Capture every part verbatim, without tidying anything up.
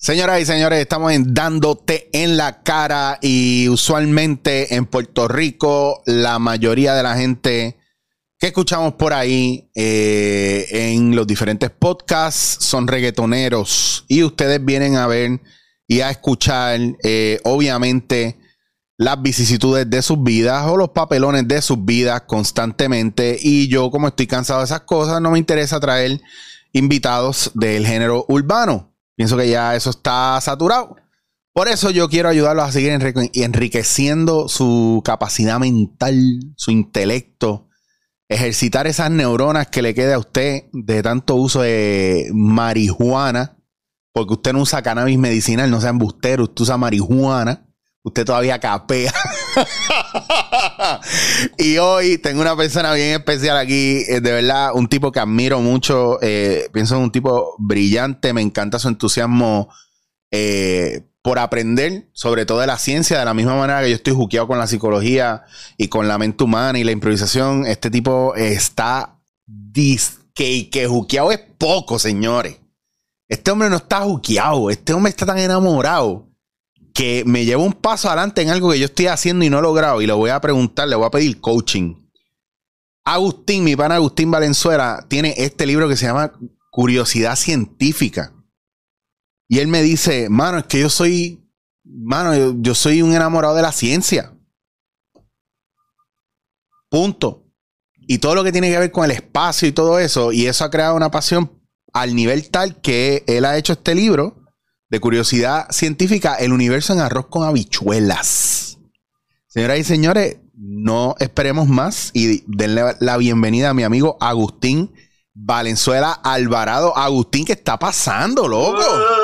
Señoras y señores, estamos en Dándote en la Cara y usualmente en Puerto Rico la mayoría de la gente que escuchamos por ahí eh, en los diferentes podcasts son reggaetoneros y ustedes vienen a ver y a escuchar eh, obviamente las vicisitudes de sus vidas o los papelones de sus vidas constantemente, y yo, como estoy cansado de esas cosas, no me interesa traer invitados del género urbano. Pienso que ya eso está saturado. Por eso yo quiero ayudarlos a seguir enrique- enriqueciendo su capacidad mental, su intelecto, ejercitar esas neuronas que le quede a usted de tanto uso de marihuana, porque usted no usa cannabis medicinal, no sea embustero, usted usa marihuana. Usted todavía capea. Y hoy tengo una persona bien especial aquí. De verdad, un tipo que admiro mucho. Eh, pienso en un tipo brillante. Me encanta su entusiasmo eh, por aprender, sobre todo de la ciencia. De la misma manera que yo estoy juqueado con la psicología y con la mente humana y la improvisación. Este tipo está disque y que juqueado es poco, señores. Este hombre no está juqueado. Este hombre está tan enamorado que me lleva un paso adelante en algo que yo estoy haciendo y no he logrado. Y le voy a preguntar, le voy a pedir coaching. Agustín, mi pana Agustín Valenzuela, tiene este libro que se llama Curiosidad Científica. Y él me dice, mano, es que yo soy, mano, yo, yo soy un enamorado de la ciencia. Punto. Y todo lo que tiene que ver con el espacio y todo eso. Y eso ha creado una pasión al nivel tal que él ha hecho este libro de Curiosidad Científica, el universo en arroz con habichuelas. Señoras y señores, no esperemos más y denle la bienvenida a mi amigo Agustín Valenzuela Alvarado. Agustín, ¿qué está pasando, loco?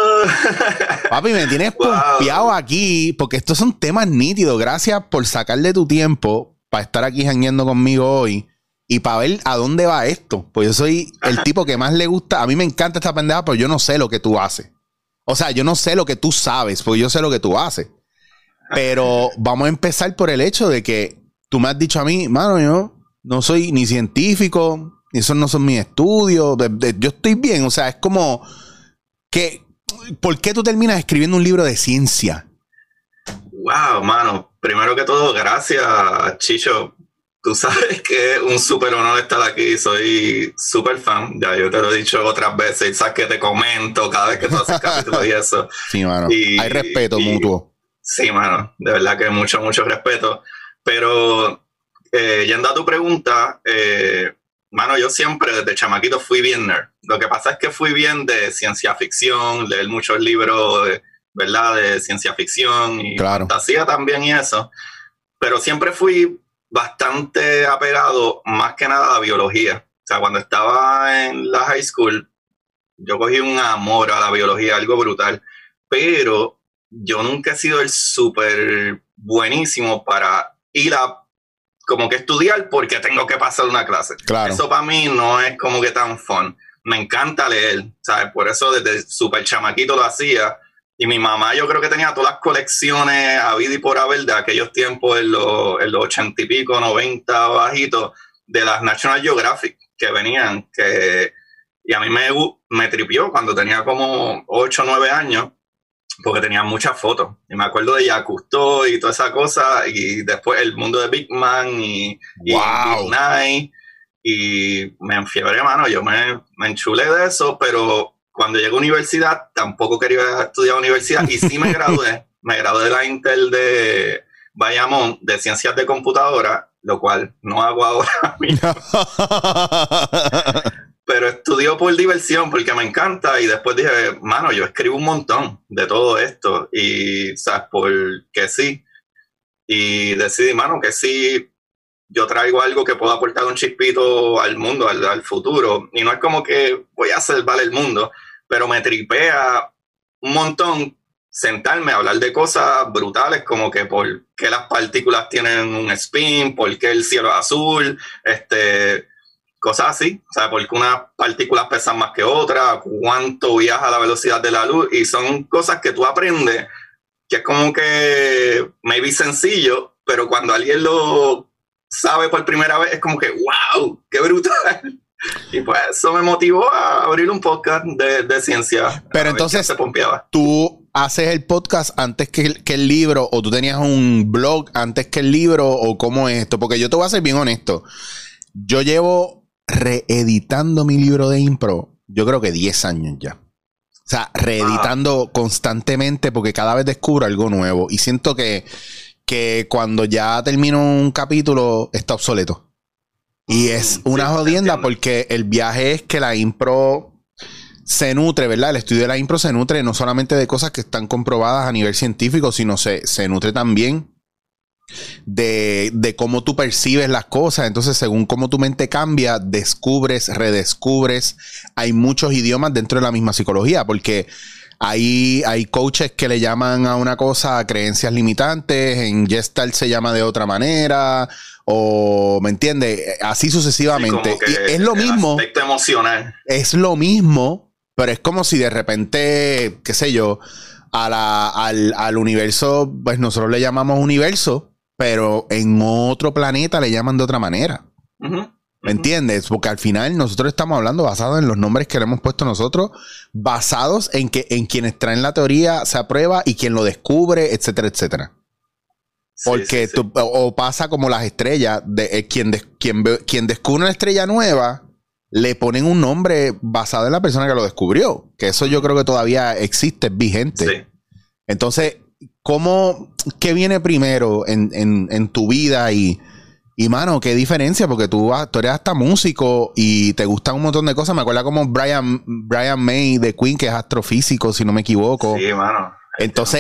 Uh. Papi, me tienes wow. pompeado aquí porque estos son temas nítidos. Gracias por sacarle tu tiempo para estar aquí jangueando conmigo hoy y para ver a dónde va esto. Pues yo soy el tipo que más le gusta. A mí me encanta esta pendeja, pero yo no sé lo que tú haces. O sea, yo no sé lo que tú sabes, porque yo sé lo que tú haces. Pero vamos a empezar por el hecho de que tú me has dicho a mí, mano, yo no soy ni científico, esos no son mis estudios, de, de, yo estoy bien. O sea, es como que, ¿por qué tú terminas escribiendo un libro de ciencia? Wow, mano. Primero que todo, gracias, Chicho. Tú sabes que es un súper honor estar aquí, soy súper fan, ya yo te lo he dicho otras veces, y sabes que te comento cada vez que tú haces capítulos y eso. Sí, mano, y, hay respeto y, mutuo. Sí, mano, de verdad que mucho, mucho respeto. Pero, eh, yendo a tu pregunta, eh, mano, yo siempre desde chamaquito fui bien nerd. Lo que pasa es que fui bien de ciencia ficción, leer muchos libros, de, ¿verdad?, de ciencia ficción y claro. fantasía también y eso. Pero siempre fui bastante apegado más que nada a biología. O sea, cuando estaba en la high school, yo cogí un amor a la biología, algo brutal, pero yo nunca he sido el súper buenísimo para ir a como que estudiar porque tengo que pasar una clase. Claro. Eso para mí no es como que tan fun. Me encanta leer, ¿sabes? Por eso desde súper chamaquito lo hacía. Y mi mamá yo creo que tenía todas las colecciones habidas y por haber de aquellos tiempos, en los, en los ochenta y pico, noventa bajitos, de las National Geographic que venían. Que, y a mí me, me tripió cuando tenía como ocho o nueve años, porque tenía muchas fotos. Y me acuerdo de Jacques Cousteau y toda esa cosa. Y después el mundo de Big Man y, wow. y Big Night. Y me enfiebré, mano. Yo me, me enchulé de eso, pero cuando llegué a universidad, tampoco quería estudiar universidad y sí me gradué. Me gradué de la Intel de Bayamón de Ciencias de Computadora, lo cual no hago ahora mismo. Pero estudio por diversión, porque me encanta. Y después dije, mano, yo escribo un montón de todo esto. Y, ¿sabes? Porque sí. Y decidí, mano, que sí, yo traigo algo que pueda aportar un chispito al mundo, al, al futuro. Y no es como que voy a salvar el mundo, pero me tripea un montón sentarme a hablar de cosas brutales, como que por qué las partículas tienen un spin, por qué el cielo es azul, este, cosas así. O sea, por qué unas partículas pesan más que otras, cuánto viaja a la velocidad de la luz. Y son cosas que tú aprendes, que es como que maybe sencillo, pero cuando alguien lo sabe por primera vez, es como que, wow, qué brutal. Y pues eso me motivó a abrir un podcast de, de ciencia. Pero entonces, tú haces el podcast antes que el, que el libro, o tú tenías un blog antes que el libro, o cómo es esto. Porque yo te voy a ser bien honesto. Yo llevo reeditando mi libro de impro, yo creo que diez años ya. O sea, reeditando ah. constantemente porque cada vez descubro algo nuevo. Y siento que, que cuando ya termino un capítulo está obsoleto. Y es una sí, jodienda porque el viaje es que la impro se nutre, ¿verdad? El estudio de la impro se nutre no solamente de cosas que están comprobadas a nivel científico, sino se, se nutre también de, de cómo tú percibes las cosas. Entonces, según cómo tu mente cambia, descubres, redescubres. Hay muchos idiomas dentro de la misma psicología, porque hay, hay coaches que le llaman a una cosa creencias limitantes, en Gestalt se llama de otra manera, o, ¿me entiendes? Así sucesivamente. Sí, y es lo mismo. Aspecto emocional. Es lo mismo, pero es como si de repente, qué sé yo, a la, al, al universo, pues nosotros le llamamos universo, pero en otro planeta le llaman de otra manera. Uh-huh. ¿Me entiendes? Porque al final nosotros estamos hablando basado en los nombres que le hemos puesto nosotros, basados en que en quienes traen la teoría se aprueba y quien lo descubre, etcétera, etcétera. Sí, Porque sí, sí. Tú, o pasa como las estrellas, de, eh, quien, de, quien, quien descubre una estrella nueva, le ponen un nombre basado en la persona que lo descubrió. Que eso yo creo que todavía existe, es vigente. Sí. Entonces, ¿cómo, qué viene primero en, en, en tu vida? Y, y, mano, qué diferencia, porque tú, tú eres hasta músico y te gustan un montón de cosas. Me acuerdo como Brian, Brian May de Queen, que es astrofísico, si no me equivoco. Sí, mano. Entonces,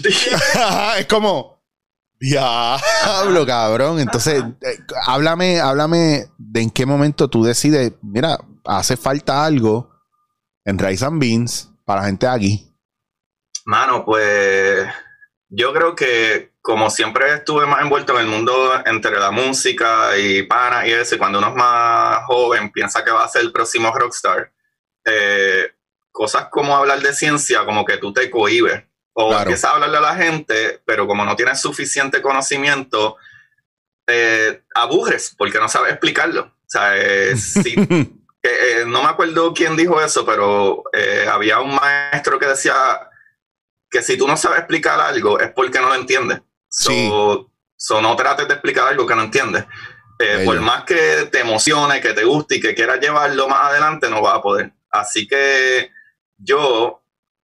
es como, diablo, cabrón. Entonces, eh, háblame, háblame de en qué momento tú decides, mira, hace falta algo en Rice and Beans para la gente de aquí. Mano, pues yo creo que como siempre estuve más envuelto en el mundo entre la música y pana y eso, y cuando uno es más joven piensa que va a ser el próximo rockstar, eh, cosas como hablar de ciencia como que tú te cohibes o claro. Empiezas a hablarle a la gente, pero como no tienes suficiente conocimiento, eh, aburres porque no sabes explicarlo. O sea, eh, si, que, eh, no me acuerdo quién dijo eso, pero eh, había un maestro que decía que si tú no sabes explicar algo es porque no lo entiendes. Sí. So, so no trates de explicar algo que no entiendes. Eh, por más que te emocione, que te guste y que quieras llevarlo más adelante, no vas a poder. Así que yo,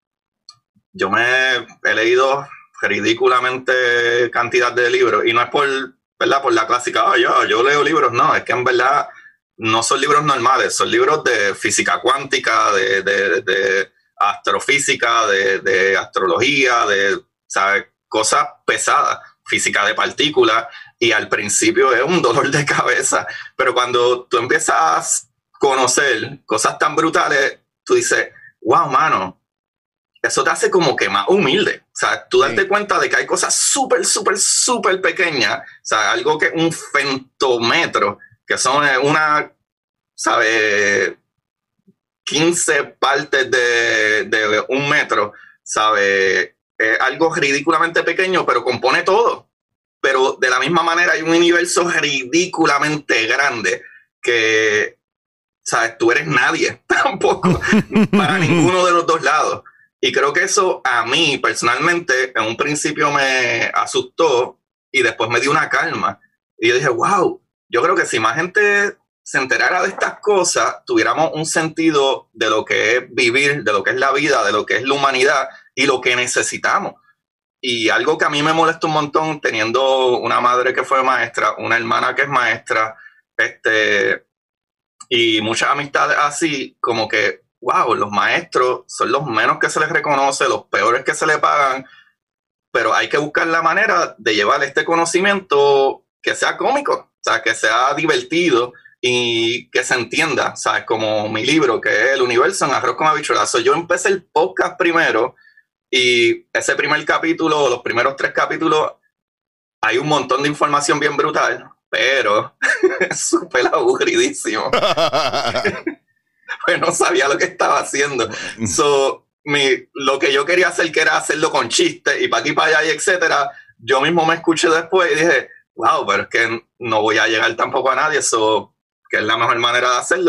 yo me he leído ridículamente cantidad de libros y no es por, ¿verdad? Por la clásica, oh, yo, yo leo libros, no, es que en verdad no son libros normales, son libros de física cuántica, de... de, de astrofísica, de, de astrología, de ¿sabes? Cosas pesadas, física de partículas, y al principio es un dolor de cabeza, pero cuando tú empiezas a conocer cosas tan brutales, tú dices, wow, mano, eso te hace como que más humilde. O sea, tú darte sí. cuenta de que hay cosas súper, súper, súper pequeñas, o sea, algo que un femtómetro, que son una, ¿sabes? quince partes de, de un metro, ¿sabe? Es algo ridículamente pequeño, pero compone todo. Pero de la misma manera hay un universo ridículamente grande que, ¿sabes? Tú eres nadie tampoco para ninguno de los dos lados. Y creo que eso a mí personalmente en un principio me asustó y después me dio una calma. Y yo dije, wow, yo creo que si más gente se enterara de estas cosas, tuviéramos un sentido de lo que es vivir, de lo que es la vida, de lo que es la humanidad y lo que necesitamos. Y algo que a mí me molesta un montón, teniendo una madre que fue maestra, una hermana que es maestra, este, y muchas amistades así, como que, wow, los maestros son los menos que se les reconoce, los peores que se les pagan, pero hay que buscar la manera de llevar este conocimiento que sea cómico, o sea, que sea divertido, y que se entienda, ¿sabes? Como mi libro, que es El Universo en Arroz con Habichuelas. Yo empecé el podcast primero y ese primer capítulo, los primeros tres capítulos, hay un montón de información bien brutal, pero es súper aburridísimo. Pues no sabía lo que estaba haciendo. So, mi, lo que yo quería hacer, que era hacerlo con chistes y para aquí, para allá y etcétera, yo mismo me escuché después y dije, wow, pero es que no voy a llegar tampoco a nadie, eso... que es la mejor manera de hacerlo,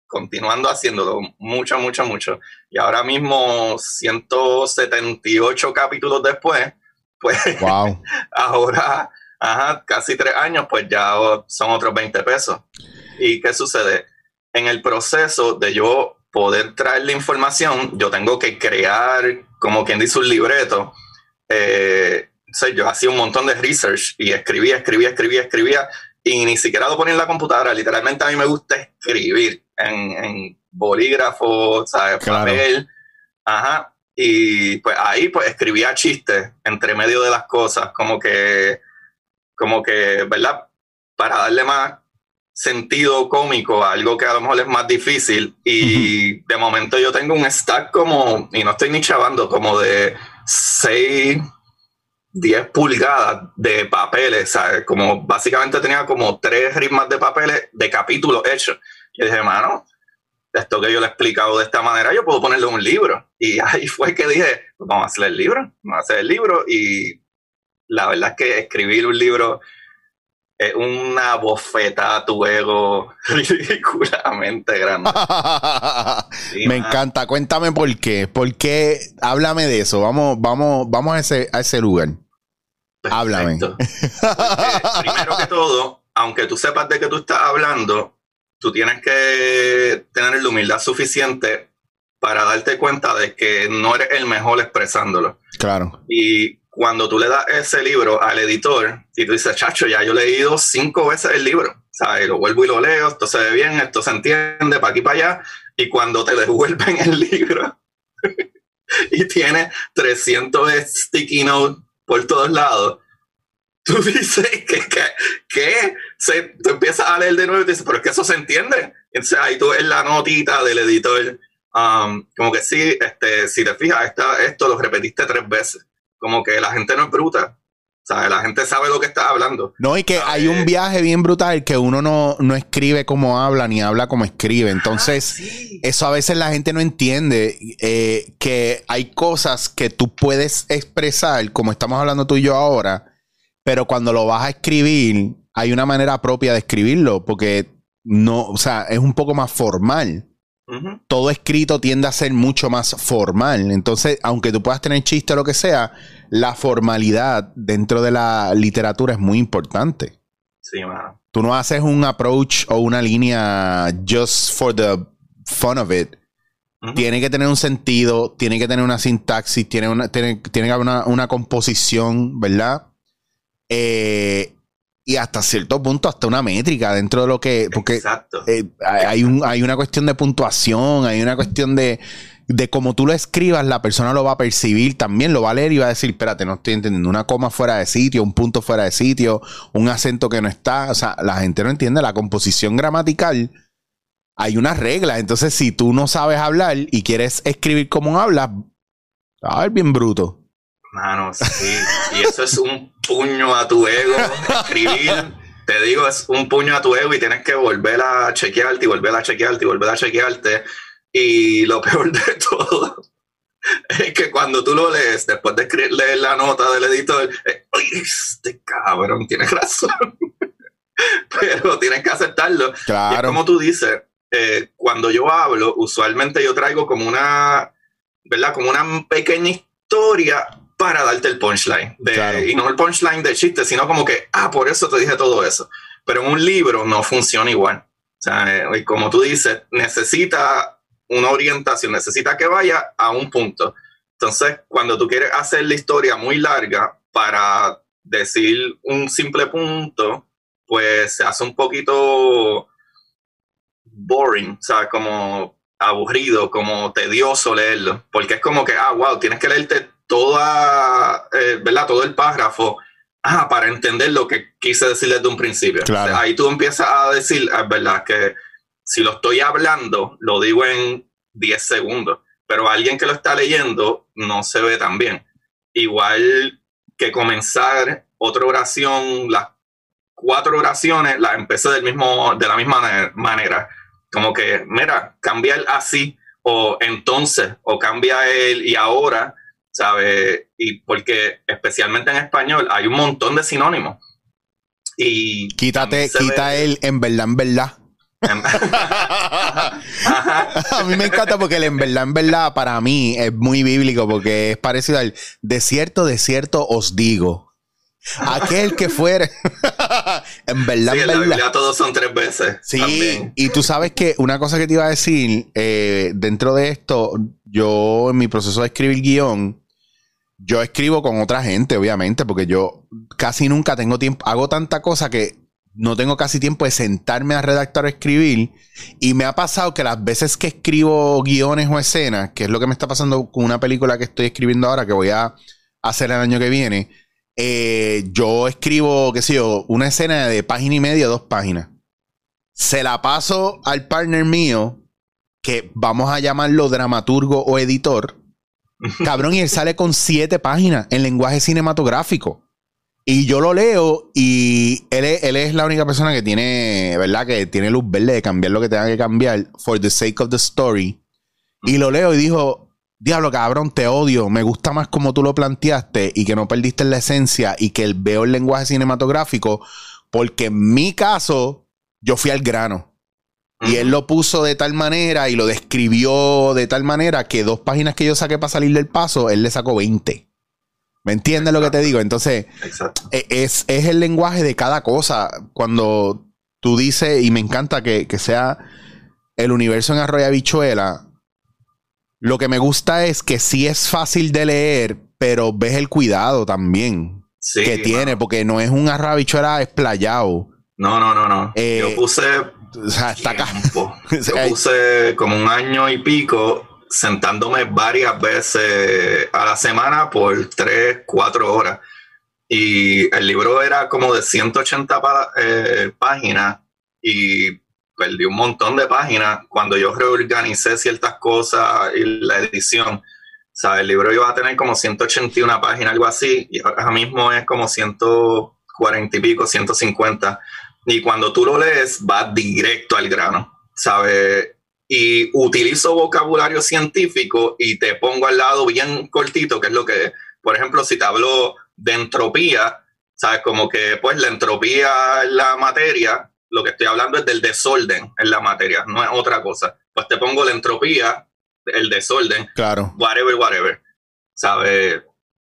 continuando haciéndolo mucho, mucho, mucho. Y ahora mismo, ciento setenta y ocho capítulos después, pues wow. ahora, ajá, casi tres años, pues ya son otros veinte pesos. ¿Y qué sucede? En el proceso de yo poder traer la información, yo tengo que crear, como quien dice, un libreto. Eh, o sea, yo hacía un montón de research y escribía, escribía, escribía, escribía, y ni siquiera lo ponía en la computadora. Literalmente a mí me gusta escribir en, en bolígrafo, ¿sabes? Claro. Papel. Ajá. Y pues ahí pues escribía chistes entre medio de las cosas, como que, como que, ¿verdad? Para darle más sentido cómico a algo que a lo mejor es más difícil. Y uh-huh. de momento yo tengo un stack como, y no estoy ni chavando, como de seis, diez pulgadas de papeles, ¿sabes? Como básicamente tenía como tres ritmas de papeles de capítulos hechos. Y dije, mano, esto que yo le he explicado de esta manera, yo puedo ponerle un libro. Y ahí fue que dije, pues vamos a hacer el libro, vamos a hacer el libro. Y la verdad es que escribir un libro es una bofetada a tu ego ridículamente grande. Sí, me man. encanta. Cuéntame por qué. ¿Por qué? Háblame de eso. Vamos, vamos, vamos a ese, a ese lugar. Perfecto. Háblame. Porque, primero que todo, aunque tú sepas de qué tú estás hablando, tú tienes que tener la humildad suficiente para darte cuenta de que no eres el mejor expresándolo. Claro. Y cuando tú le das ese libro al editor y tú dices, chacho, ya yo he leído cinco veces el libro, ¿sabes? Lo vuelvo y lo leo, esto se ve bien, esto se entiende, para aquí, para allá. Y cuando te devuelven el libro y tiene trescientos sticky notes por todos lados, tú dices que, que, que se, tú empiezas a leer de nuevo y te dices, pero es que eso se entiende. Entonces ahí tú ves la notita del editor, um, como que sí, este, si te fijas, esta, esto lo repetiste tres veces. Como que la gente no es bruta. O sea, la gente sabe lo que está hablando. No, y que ¿sabes? Hay un viaje bien brutal que uno no, no escribe como habla, ni habla como escribe. Entonces, ah, sí. Eso a veces la gente no entiende. Eh, que hay cosas que tú puedes expresar, como estamos hablando tú y yo ahora, pero cuando lo vas a escribir, hay una manera propia de escribirlo, porque no, o sea, es un poco más formal. Uh-huh. Todo escrito tiende a ser mucho más formal. Entonces, aunque tú puedas tener chiste o lo que sea, la formalidad dentro de la literatura es muy importante. Sí, man. Tú no haces un approach o una línea just for the fun of it. Uh-huh. Tiene que tener un sentido, tiene que tener una sintaxis, tiene, una, tiene, tiene que haber una, una composición, ¿verdad? Eh... Y hasta cierto punto, hasta una métrica dentro de lo que... Porque Exacto. Eh, hay, un, hay una cuestión de puntuación, hay una cuestión de, de cómo tú lo escribas, la persona lo va a percibir, también lo va a leer y va a decir, espérate, no estoy entendiendo, una coma fuera de sitio, un punto fuera de sitio, un acento que no está. O sea, la gente no entiende la composición gramatical. Hay unas reglas. Entonces, si tú no sabes hablar y quieres escribir como hablas, va a ver bien bruto. Mano, sí. Y eso es un puño a tu ego. Escribir, te digo, es un puño a tu ego y tienes que volver a chequearte y volver a chequearte y volver a chequearte. Y lo peor de todo es que cuando tú lo lees, después de leer la nota del editor, eh, oye, este cabrón tiene razón. Pero tienes que aceptarlo. Claro. Y es como tú dices, eh, cuando yo hablo, usualmente yo traigo como una, ¿verdad? Como una pequeña historia para darte el punchline. De, claro. Y no el punchline de chiste, sino como que, ah, por eso te dije todo eso. Pero en un libro no funciona igual. O sea, eh, como tú dices, necesita una orientación, necesita que vaya a un punto. Entonces, cuando tú quieres hacer la historia muy larga para decir un simple punto, pues se hace un poquito boring, o sea, como aburrido, como tedioso leerlo. Porque es como que, ah, wow, tienes que leerte toda, eh, ¿verdad? Todo el párrafo ah, para entender lo que quise decir desde un principio. Claro. O sea, ahí tú empiezas a decir, es verdad, que si lo estoy hablando, lo digo en diez segundos, pero alguien que lo está leyendo no se ve tan bien. Igual que comenzar otra oración, las cuatro oraciones las empecé del mismo, de la misma manera. Como que, mira, cambia el así, o entonces, o cambia el y ahora, ¿sabes? Y porque especialmente en español hay un montón de sinónimos. Y quítate, quita ve... el en verdad, en verdad. A mí me encanta porque el en verdad, en verdad, para mí es muy bíblico porque es parecido al de cierto, de cierto os digo. Aquel que fuere. En verdad, sí, en en verdad. la Biblia todos son tres veces. Sí, también. Y tú sabes que una cosa que te iba a decir, eh, dentro de esto, yo en mi proceso de escribir guión, yo escribo con otra gente, obviamente, porque yo casi nunca tengo tiempo, hago tanta cosa que no tengo casi tiempo de sentarme a redactar o escribir. Y me ha pasado que las veces que escribo guiones o escenas, que es lo que me está pasando con una película que estoy escribiendo ahora, que voy a hacer el año que viene, eh, yo escribo, qué sé yo, una escena de página y media, dos páginas. Se la paso al partner mío, que vamos a llamarlo dramaturgo o editor. Cabrón, y él sale con siete páginas en lenguaje cinematográfico. Y yo lo leo y él es, él es la única persona que tiene, ¿verdad? Que tiene luz verde de cambiar lo que tenga que cambiar for the sake of the story. Y lo leo y dijo, diablo, cabrón, te odio. Me gusta más como tú lo planteaste y que no perdiste la esencia y que veo el lenguaje cinematográfico porque en mi caso yo fui al grano. Y él lo puso de tal manera y lo describió de tal manera que dos páginas que yo saqué para salir del paso, él le sacó veinte. ¿Me entiendes lo que te digo? Entonces, es, es el lenguaje de cada cosa. Cuando tú dices, y me encanta que, que sea el universo en Arroyo Habichuela, lo que me gusta es que sí es fácil de leer, pero ves el cuidado también sí, que tiene, mano. Porque no es un Arroyo Habichuela explayado. No, no, no, no. Eh, yo puse o sea, está acá. Yo puse como un año y pico sentándome varias veces a la semana por tres, cuatro horas. Y el libro era como de ciento ochenta pa- eh, páginas y perdí un montón de páginas cuando yo reorganicé ciertas cosas y la edición. O sea, el libro iba a tener como ciento ochenta y una páginas, algo así, y ahora mismo es como ciento cuarenta y pico, ciento cincuenta. Y cuando tú lo lees, va directo al grano, ¿sabes? Y utilizo vocabulario científico y te pongo al lado bien cortito, que es lo que es. Por ejemplo, si te hablo de entropía, ¿sabes? Como que pues la entropía en la materia, lo que estoy hablando es del desorden en la materia, no es otra cosa. Pues te pongo la entropía, el desorden, claro. whatever, whatever, ¿sabes?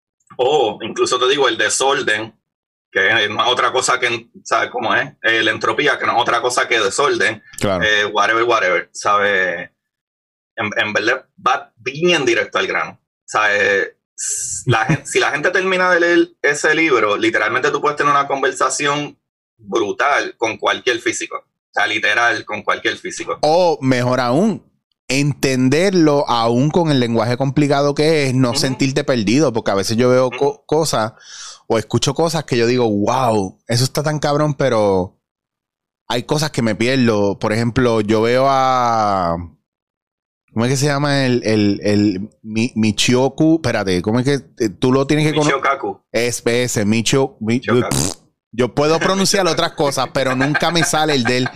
O incluso te digo el desorden, que no es otra cosa que, ¿sabes cómo es? Eh, la entropía, que no es otra cosa que desorden, claro. eh, whatever, whatever, ¿sabes? En, en verdad va bien directo al grano, ¿sabes? La gente, si la gente termina de leer ese libro, literalmente tú puedes tener una conversación brutal con cualquier físico, o sea, literal, con cualquier físico. O mejor aún, entenderlo aún con el lenguaje complicado que es, no uh-huh. sentirte perdido, porque a veces yo veo uh-huh. co- cosas o escucho cosas que yo digo, wow, eso está tan cabrón, pero hay cosas que me pierdo. Por ejemplo, yo veo a... ¿Cómo es que se llama el, el, el mi, Michioku? Espérate, ¿cómo es que tú lo tienes que conocer? Michiokaku. Es ese, Michio... Mi, yo puedo pronunciar otras cosas, pero nunca me sale el de él.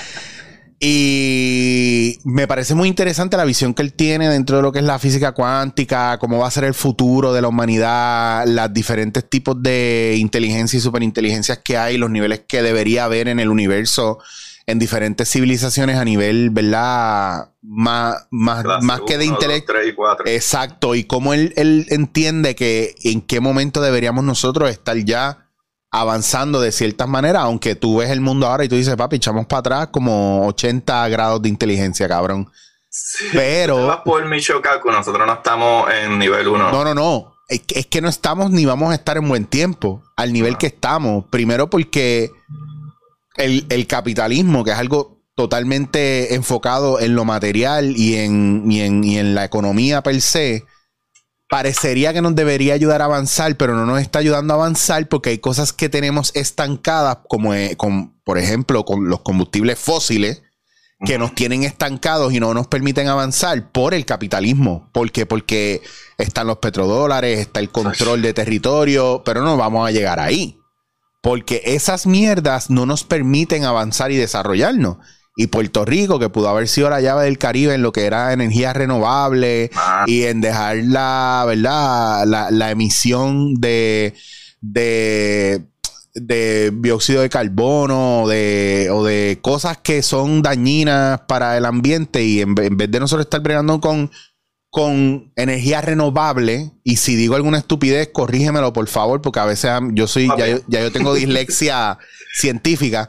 Y me parece muy interesante la visión que él tiene dentro de lo que es la física cuántica, cómo va a ser el futuro de la humanidad, los diferentes tipos de inteligencia y superinteligencias que hay, los niveles que debería haber en el universo, en diferentes civilizaciones a nivel, ¿verdad? Más, más, más que de intelecto. Exacto. Y cómo él, él entiende que en qué momento deberíamos nosotros estar ya avanzando de ciertas maneras, aunque tú ves el mundo ahora y tú dices, papi, echamos para atrás como ochenta grados de inteligencia, cabrón. Sí, pero... vas por Michiokaku, nosotros no estamos en nivel uno. No, no, no. Es que, es que no estamos ni vamos a estar en buen tiempo al nivel no. que estamos. Primero porque el, el capitalismo, que es algo totalmente enfocado en lo material y en, y en, y en la economía per se, parecería que nos debería ayudar a avanzar, pero no nos está ayudando a avanzar porque hay cosas que tenemos estancadas, como eh, con, por ejemplo, con los combustibles fósiles, que nos tienen estancados y no nos permiten avanzar por el capitalismo. ¿Por qué? Porque están los petrodólares, está el control de territorio, pero no vamos a llegar ahí. Porque esas mierdas no nos permiten avanzar y desarrollarnos. Y Puerto Rico, que pudo haber sido la llave del Caribe en lo que era energía renovable ah. y en dejar la, ¿verdad? La, la emisión de, de de dióxido de carbono o de, o de cosas que son dañinas para el ambiente, y en, en vez de nosotros estar bregando con, con energía renovable, y si digo alguna estupidez, corrígemelo por favor, porque a veces yo soy, okay. ya, yo, ya yo tengo dislexia científica,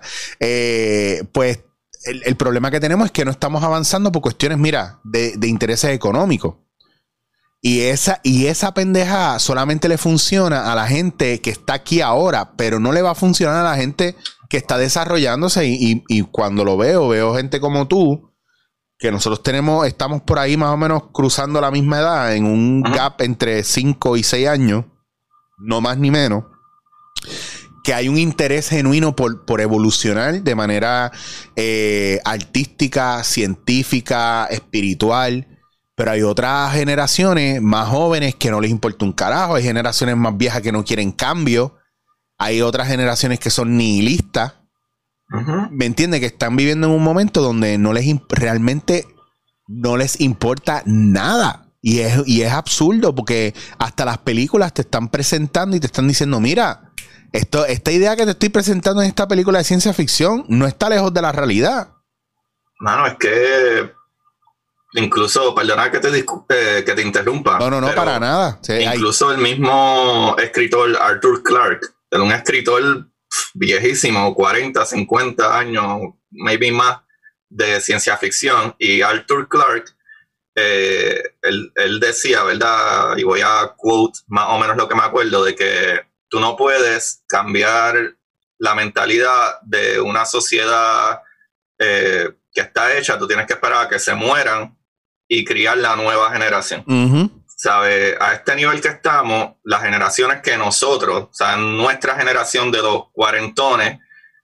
eh, pues el, el problema que tenemos es que no estamos avanzando por cuestiones, mira, de, de intereses económicos. Y esa, y esa pendeja solamente le funciona a la gente que está aquí ahora, pero no le va a funcionar a la gente que está desarrollándose. Y, y, y cuando lo veo, veo gente como tú, que nosotros tenemos, estamos por ahí más o menos cruzando la misma edad, en un uh-huh. gap entre cinco y seis años, no más ni menos, que hay un interés genuino por, por evolucionar de manera eh, artística, científica, espiritual. Pero hay otras generaciones más jóvenes que no les importa un carajo. Hay generaciones más viejas que no quieren cambio. Hay otras generaciones que son nihilistas. Uh-huh. ¿Me entiendes? Que están viviendo en un momento donde no les realmente no les importa nada. Y es, y es absurdo, porque hasta las películas te están presentando y te están diciendo, mira, esto, esta idea que te estoy presentando en esta película de ciencia ficción no está lejos de la realidad. Mano, es que incluso, perdona que te, eh, que te interrumpa. No, no, no, para nada. Sí, incluso hay... el mismo escritor Arthur Clarke, era un escritor viejísimo, cuarenta, cincuenta años, maybe más, de ciencia ficción. Y Arthur Clarke, eh, él, él decía, ¿verdad? Y voy a quote más o menos lo que me acuerdo, de que tú no puedes cambiar la mentalidad de una sociedad eh, que está hecha. Tú tienes que esperar a que se mueran y criar la nueva generación. Uh-huh. ¿Sabe? A este nivel que estamos, las generaciones que nosotros, o sea, nuestra generación de los cuarentones,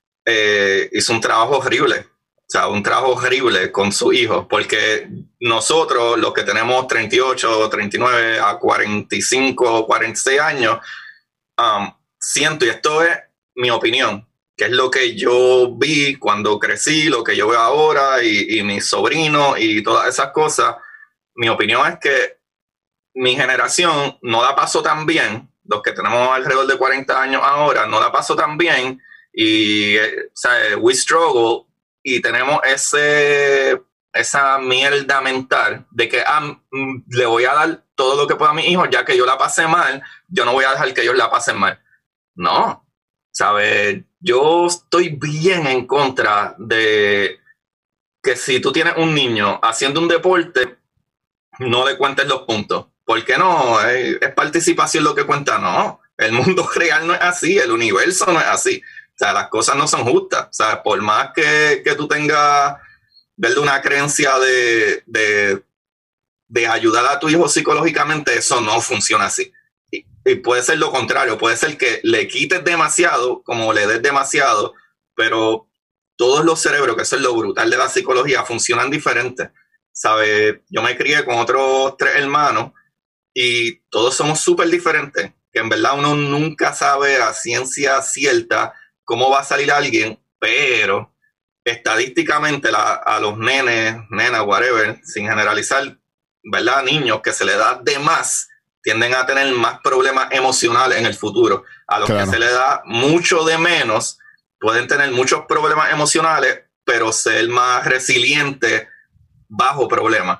eh, hizo un trabajo horrible. O sea, un trabajo horrible con sus hijos, porque nosotros, los que tenemos treinta y ocho, treinta y nueve a cuarenta y cinco, cuarenta y seis años, um, siento, y esto es mi opinión, que es lo que yo vi cuando crecí, lo que yo veo ahora, y, y mis sobrinos y todas esas cosas. Mi opinión es que mi generación no la pasó tan bien, los que tenemos alrededor de cuarenta años ahora, no la pasó tan bien, y eh, o sea, we struggle, y tenemos ese, esa mierda mental de que ah, le voy a dar todo lo que pueda a mis hijos, ya que yo la pasé mal, yo no voy a dejar que ellos la pasen mal. No, ¿sabes? Yo estoy bien en contra de que si tú tienes un niño haciendo un deporte, no le cuentes los puntos. ¿Por qué no? Es, es participación lo que cuenta. No, el mundo real no es así, el universo no es así. O sea, las cosas no son justas. O sea, por más que, que tú tengas, ¿verdad?, una creencia de, de, de ayudar a tu hijo psicológicamente, eso no funciona así. Y, y puede ser lo contrario, puede ser que le quites demasiado, como le des demasiado, pero todos los cerebros, que eso es lo brutal de la psicología, funcionan diferentes. ¿Sabe? Yo me crié con otros tres hermanos y todos somos súper diferentes, que en verdad uno nunca sabe a ciencia cierta cómo va a salir alguien, pero estadísticamente la, a los nenes, nenas, whatever, sin generalizar, ¿verdad?, niños que se les da de más, tienden a tener más problemas emocionales en el futuro. A los claro. que se les da mucho de menos, pueden tener muchos problemas emocionales, pero ser más resilientes bajo problemas.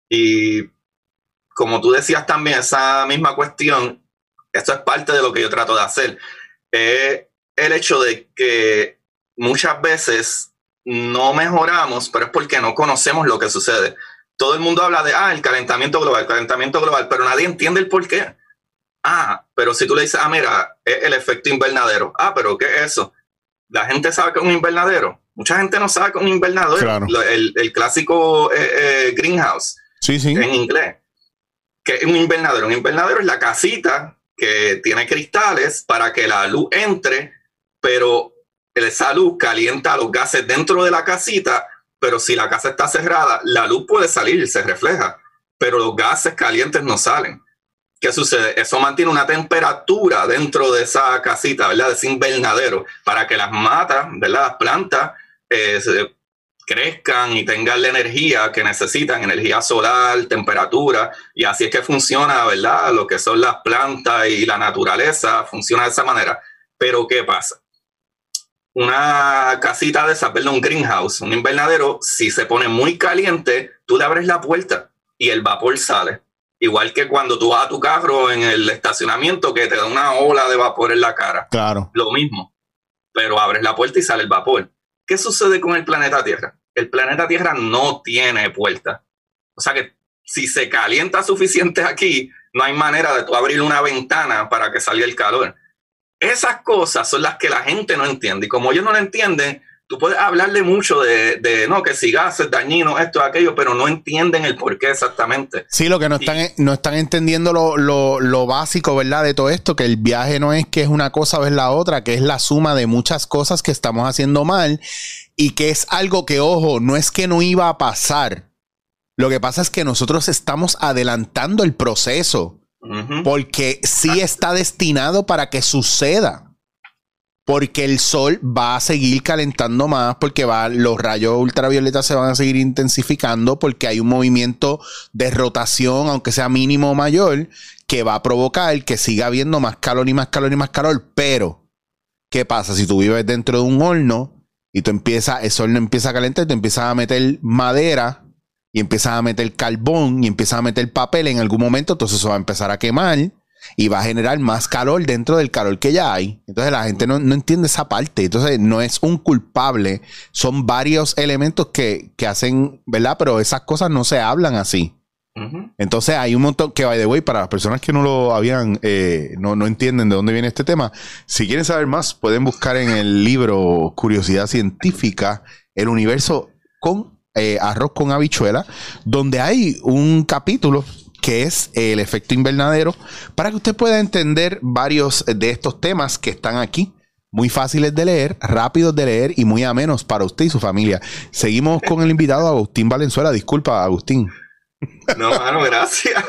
Y como tú decías también, esa misma cuestión, esto es parte de lo que yo trato de hacer, es el hecho de que muchas veces no mejoramos, pero es porque no conocemos lo que sucede. Todo el mundo habla de, ah, el calentamiento global, el calentamiento global, pero nadie entiende el por qué. Ah, pero si tú le dices, ah, mira, es el efecto invernadero. Ah, pero ¿qué es eso? La gente sabe que es un invernadero. Mucha gente no sabe que es un invernadero. Claro. El, el clásico eh, eh, greenhouse, sí, sí. en inglés. ¿Qué es un invernadero? Un invernadero es la casita que tiene cristales para que la luz entre, pero esa luz calienta los gases dentro de la casita, pero si la casa está cerrada, la luz puede salir y se refleja, pero los gases calientes no salen. ¿Qué sucede? Eso mantiene una temperatura dentro de esa casita, ¿verdad?, de ese invernadero, para que las matas, ¿verdad?, las plantas eh, se crezcan y tengan la energía que necesitan, energía solar, temperatura, y así es que funciona, ¿verdad?, lo que son las plantas y la naturaleza, funciona de esa manera. Pero ¿qué pasa? una casita de esa, perdón, un greenhouse, un invernadero, si se pone muy caliente, tú le abres la puerta y el vapor sale. Igual que cuando tú vas a tu carro en el estacionamiento que te da una ola de vapor en la cara. Claro. Lo mismo. Pero abres la puerta y sale el vapor. ¿Qué sucede con el planeta Tierra? El planeta Tierra no tiene puerta. O sea que si se calienta suficiente aquí, no hay manera de tú abrir una ventana para que salga el calor. Esas cosas son las que la gente no entiende. Y como ellos no lo entienden, tú puedes hablarle mucho de, de no, que si gases, dañinos, esto, aquello, pero no entienden el por qué exactamente. Sí, lo que no están, y, no están entendiendo lo, lo, lo básico, ¿verdad? De todo esto, que el viaje no es que es una cosa o es la otra, que es la suma de muchas cosas que estamos haciendo mal y que es algo que, ojo, no es que no iba a pasar. Lo que pasa es que nosotros estamos adelantando el proceso. Uh-huh. Porque sí está destinado para que suceda. Porque el sol va a seguir calentando más, porque va, los rayos ultravioletas se van a seguir intensificando, porque hay un movimiento de rotación, aunque sea mínimo o mayor, que va a provocar que siga habiendo más calor y más calor y más calor. Pero, ¿qué pasa? Si tú vives dentro de un horno y tú empiezas, el horno empieza a calentar, tú empiezas a meter madera y empiezas a meter carbón y empiezas a meter papel, en algún momento entonces eso va a empezar a quemar y va a generar más calor dentro del calor que ya hay. Entonces la gente no, no entiende esa parte. Entonces no es un culpable, son varios elementos que, que hacen, ¿verdad? Pero esas cosas no se hablan así. Uh-huh. Entonces hay un montón que, by the way, para las personas que no lo habían, eh, no, no entienden de dónde viene este tema, si quieren saber más, pueden buscar en el libro Curiosidad Científica, el universo con Eh, arroz con habichuela, donde hay un capítulo que es el efecto invernadero, para que usted pueda entender varios de estos temas que están aquí, muy fáciles de leer, rápidos de leer y muy amenos para usted y su familia. Seguimos con el invitado Agustín Valenzuela. Disculpa, Agustín. No, mano, gracias.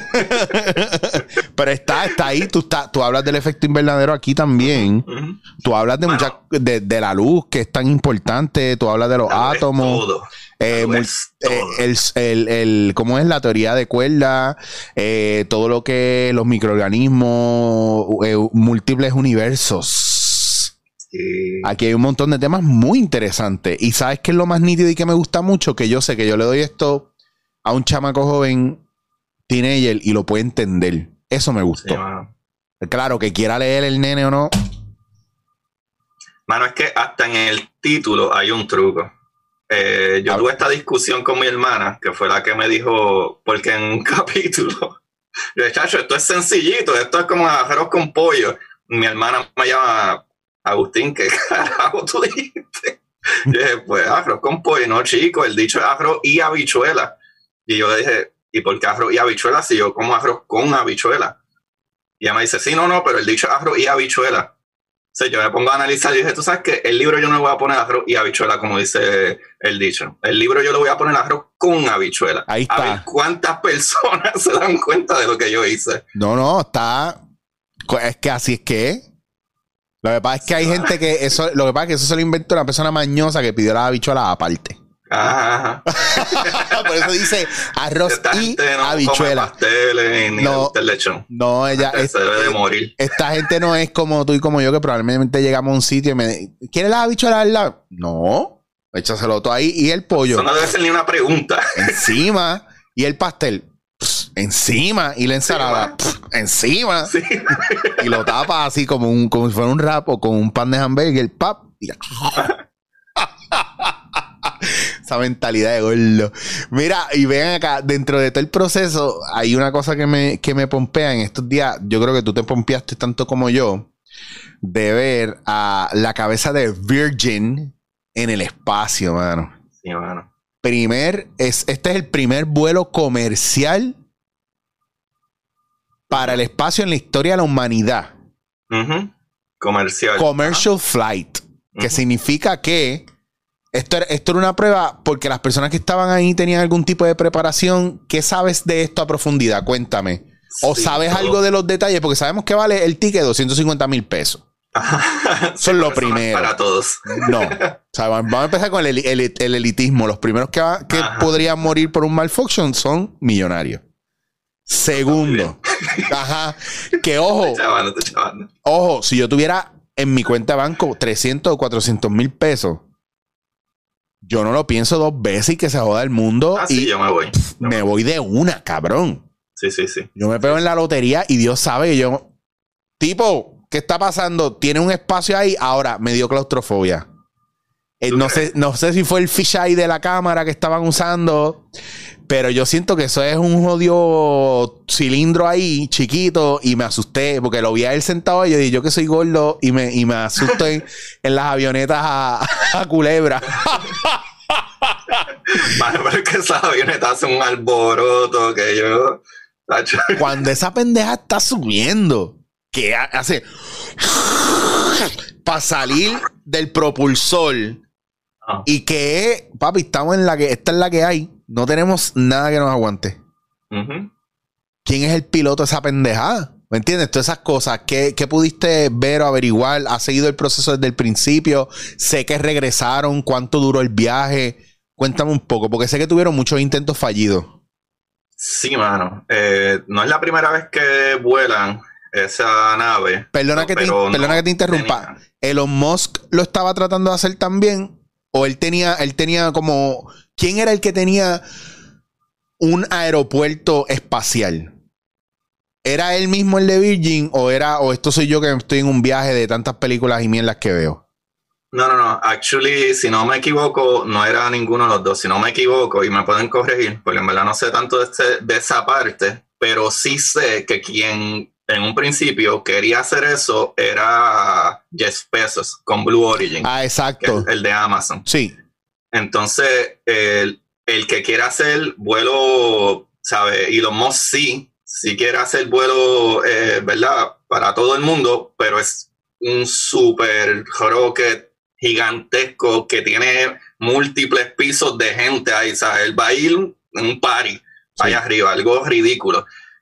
Pero está, está ahí, tú, está, tú hablas del efecto invernadero aquí también. Uh-huh. Tú hablas de, bueno, mucha, de, de la luz, que es tan importante. Tú hablas de los átomos. Todo. Eh, mul, eh, el, el, el, ¿Cómo es la teoría de cuerda? Eh, todo lo que los microorganismos, eh, múltiples universos. Sí. Aquí hay un montón de temas muy interesantes. Y ¿sabes qué es lo más nítido y que me gusta mucho? Que yo sé que yo le doy esto a un chamaco joven, teenager, y lo puede entender. Eso me gustó. Sí, mano. Claro, que quiera leer el nene o no. Mano, es que hasta en el título hay un truco. Eh, yo ah. tuve esta discusión con mi hermana, que fue la que me dijo, porque en un capítulo, yo dije, chacho, esto es sencillito, esto es como arroz con pollo. Mi hermana me llama, Agustín, ¿qué carajo tú dijiste? Yo dije, pues arroz con pollo, no, chico, el dicho es arroz y habichuela. Y yo le dije, ¿y por qué arroz y habichuela si yo como arroz con habichuela? Y ella me dice, sí, no, no, pero el dicho es arroz y habichuela. O sea, yo me pongo a analizar y dije, tú sabes que el libro yo no le voy a poner arroz y habichuela, como dice el dicho. El libro yo le voy a poner arroz con habichuela. Ahí está. A ver cuántas personas se dan cuenta de lo que yo hice. No, no, está... Es que así es que es. Lo que pasa es que hay gente que eso... Lo que pasa es que eso se lo inventó una persona mañosa que pidió la habichuela aparte. Ajá. Por eso dice arroz esta y no habichuela. Pasteles, ni no, el lechón. No, ella es, se debe de morir. Esta gente no es como tú y como yo, que probablemente llegamos a un sitio y me ¿quieres la habichuela al lado? No, échaselo todo ahí. Y el pollo. Eso no debe ser ni una pregunta. Encima. Y el pastel. Pff, encima. Y la ensalada. Sí, pff, encima. Sí. Y lo tapa así como un, como si fuera un wrap o con un pan de hamburger. Pap. Y esa mentalidad de gordo. Mira, y vean acá, dentro de todo el proceso, hay una cosa que me, que me pompea en estos días. Yo creo que tú te pompeaste tanto como yo, de ver a la cabeza de Virgin en el espacio, mano. Sí, mano. Primer, es, este es el primer vuelo comercial para el espacio en la historia de la humanidad. Uh-huh. Comercial. Commercial uh-huh. flight. Que uh-huh. significa que Esto era, esto era una prueba porque las personas que estaban ahí tenían algún tipo de preparación. ¿Qué sabes de esto a profundidad? Cuéntame. ¿O sí, sabes todo. algo de los detalles? Porque sabemos que vale el ticket doscientos cincuenta mil pesos. Eso es lo primero. Para todos. No. O sea, vamos a empezar con el, el, el elitismo. Los primeros que, va, que podrían morir por un malfunction son millonarios. Segundo. Ajá. Que ojo. Estoy chavando, estoy chavando. Ojo, si yo tuviera en mi cuenta de banco trescientos o cuatrocientos mil pesos, yo no lo pienso dos veces y que se joda el mundo. Ah, y sí, yo me voy. Pff, me voy de una, cabrón. Sí, sí, sí. Yo me pego en la lotería y Dios sabe que yo... Tipo, ¿qué está pasando? Tiene un espacio ahí. Ahora, me dio claustrofobia. Eh, no sé, no sé si fue el fisheye de la cámara que estaban usando, pero yo siento que eso es un jodido cilindro ahí, chiquito, y me asusté, porque lo vi a él sentado y yo dije, yo que soy gordo, y me, y me asusto en, en las avionetas a, a Culebra. Vale, pero es que esas avionetas hacen un alboroto que yo... Cuando esa pendeja está subiendo, que hace... para salir del propulsor... Y que, papi, estamos en la que, esta es la que hay. No tenemos nada que nos aguante. Uh-huh. ¿Quién es el piloto de esa pendejada? ¿Me entiendes? Todas esas cosas. ¿Qué, qué pudiste ver o averiguar? ¿Has seguido el proceso desde el principio? Sé que regresaron. ¿Cuánto duró el viaje? Cuéntame un poco, porque sé que tuvieron muchos intentos fallidos. Sí, mano. Eh, no es la primera vez que vuelan esa nave. Perdona, no, que, te, no perdona que te interrumpa. Tenía. Elon Musk lo estaba tratando de hacer también. O él tenía, él tenía como... ¿Quién era el que tenía un aeropuerto espacial? ¿Era él mismo el de Virgin? ¿O era, o esto soy yo que estoy en un viaje de tantas películas y mierdas que veo? No, no, no. Actually, si no me equivoco, no era ninguno de los dos. Si no me equivoco, y me pueden corregir, porque en verdad no sé tanto de, este, de esa parte, pero sí sé que quien... en un principio quería hacer eso era Jeff Bezos con Blue Origin. Ah, exacto. El, el de Amazon. Sí. Entonces, el, el que quiera hacer vuelo, ¿sabe? Elon Musk sí, sí quiere hacer vuelo, eh, ¿verdad? Para todo el mundo, pero es un super rocket gigantesco que tiene múltiples pisos de gente ahí, ¿sabes? Él va a ir en un party sí. allá arriba, algo ridículo.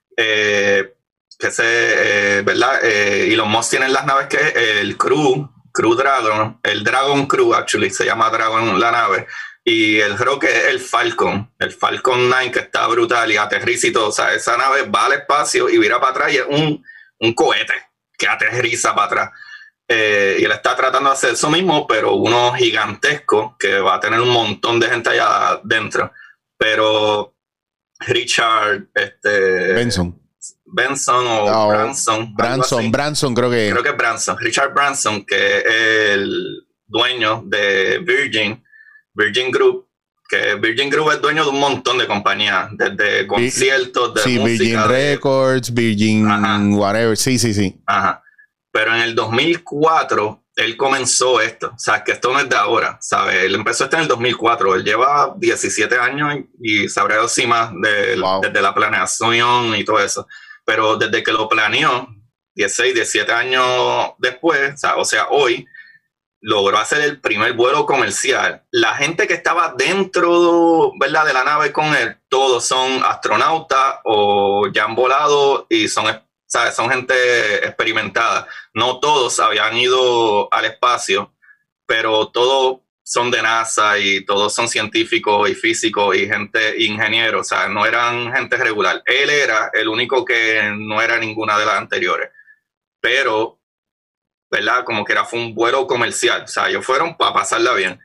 Eh, que se, eh, ¿verdad? Eh, Elon Musk tiene las naves que el Crew, Crew Dragon, el Dragon Crew, actually, se llama Dragon la nave, y el rocket es el Falcon, el Falcon nueve, que está brutal y aterriza y todo. O sea, esa nave va al espacio y vira para atrás y es un, un cohete que aterriza para atrás. Eh, y él está tratando de hacer eso mismo, pero uno gigantesco que va a tener un montón de gente allá dentro. Pero Richard, este... Benson. Benson o no, Branson. Branson, Branson creo que... Creo que es Branson. Richard Branson, que es el dueño de Virgin, Virgin Group, que Virgin Group es dueño de un montón de compañías, desde conciertos, de sí, música. Virgin de... Records, Virgin Ajá. whatever. Sí, sí, sí. Ajá. Pero en el dos mil cuatro él comenzó esto. O sea, que esto no es de ahora, ¿sabes? Él empezó esto en el dos mil cuatro. Él lleva diecisiete años y, y sabrá encima de, wow. desde la planeación y todo eso. Pero desde que lo planeó, dieciséis, diecisiete años después, o sea, o sea, hoy, logró hacer el primer vuelo comercial. La gente que estaba dentro, ¿verdad?, de la nave con él, todos son astronautas o ya han volado y son, ¿sabes?, son gente experimentada. No todos habían ido al espacio, pero todos son de NASA y todos son científicos y físicos y gente ingeniero, o sea, no eran gente regular. Él era el único que no era ninguna de las anteriores, pero, ¿verdad? Como que era fue un vuelo comercial, o sea, ellos fueron para pasarla bien.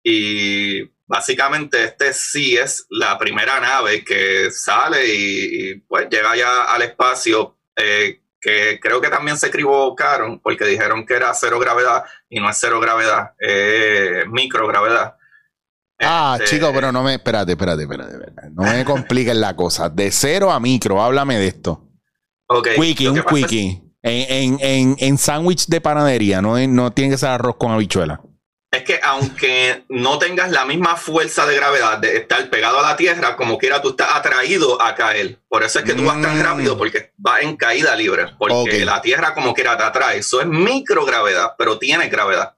Y básicamente este sí es la primera nave que sale y, y pues llega ya al espacio, eh, que creo que también se equivocaron porque dijeron que era cero gravedad y no es cero gravedad, es eh, microgravedad. Ah, este, chico, pero no me... Espérate, espérate, espérate. espérate. No me compliques la cosa. De cero a micro, háblame de esto. Ok. Quickie, un quickie. Es... En, en, en, en sándwich de panadería, no, no tiene que ser arroz con habichuela. Es que aunque no tengas la misma fuerza de gravedad de estar pegado a la tierra, como quiera tú estás atraído a caer. Por eso es que tú vas tan rápido, porque vas en caída libre. Porque okay. la tierra como quiera te atrae. Eso es microgravedad, pero tiene gravedad.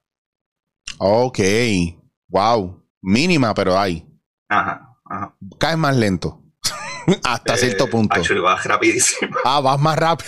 Ok. Wow. Mínima, pero hay. Ajá. ajá. Caes más lento. Hasta eh, cierto punto. Actually, vas rapidísimo. Ah, vas más rápido.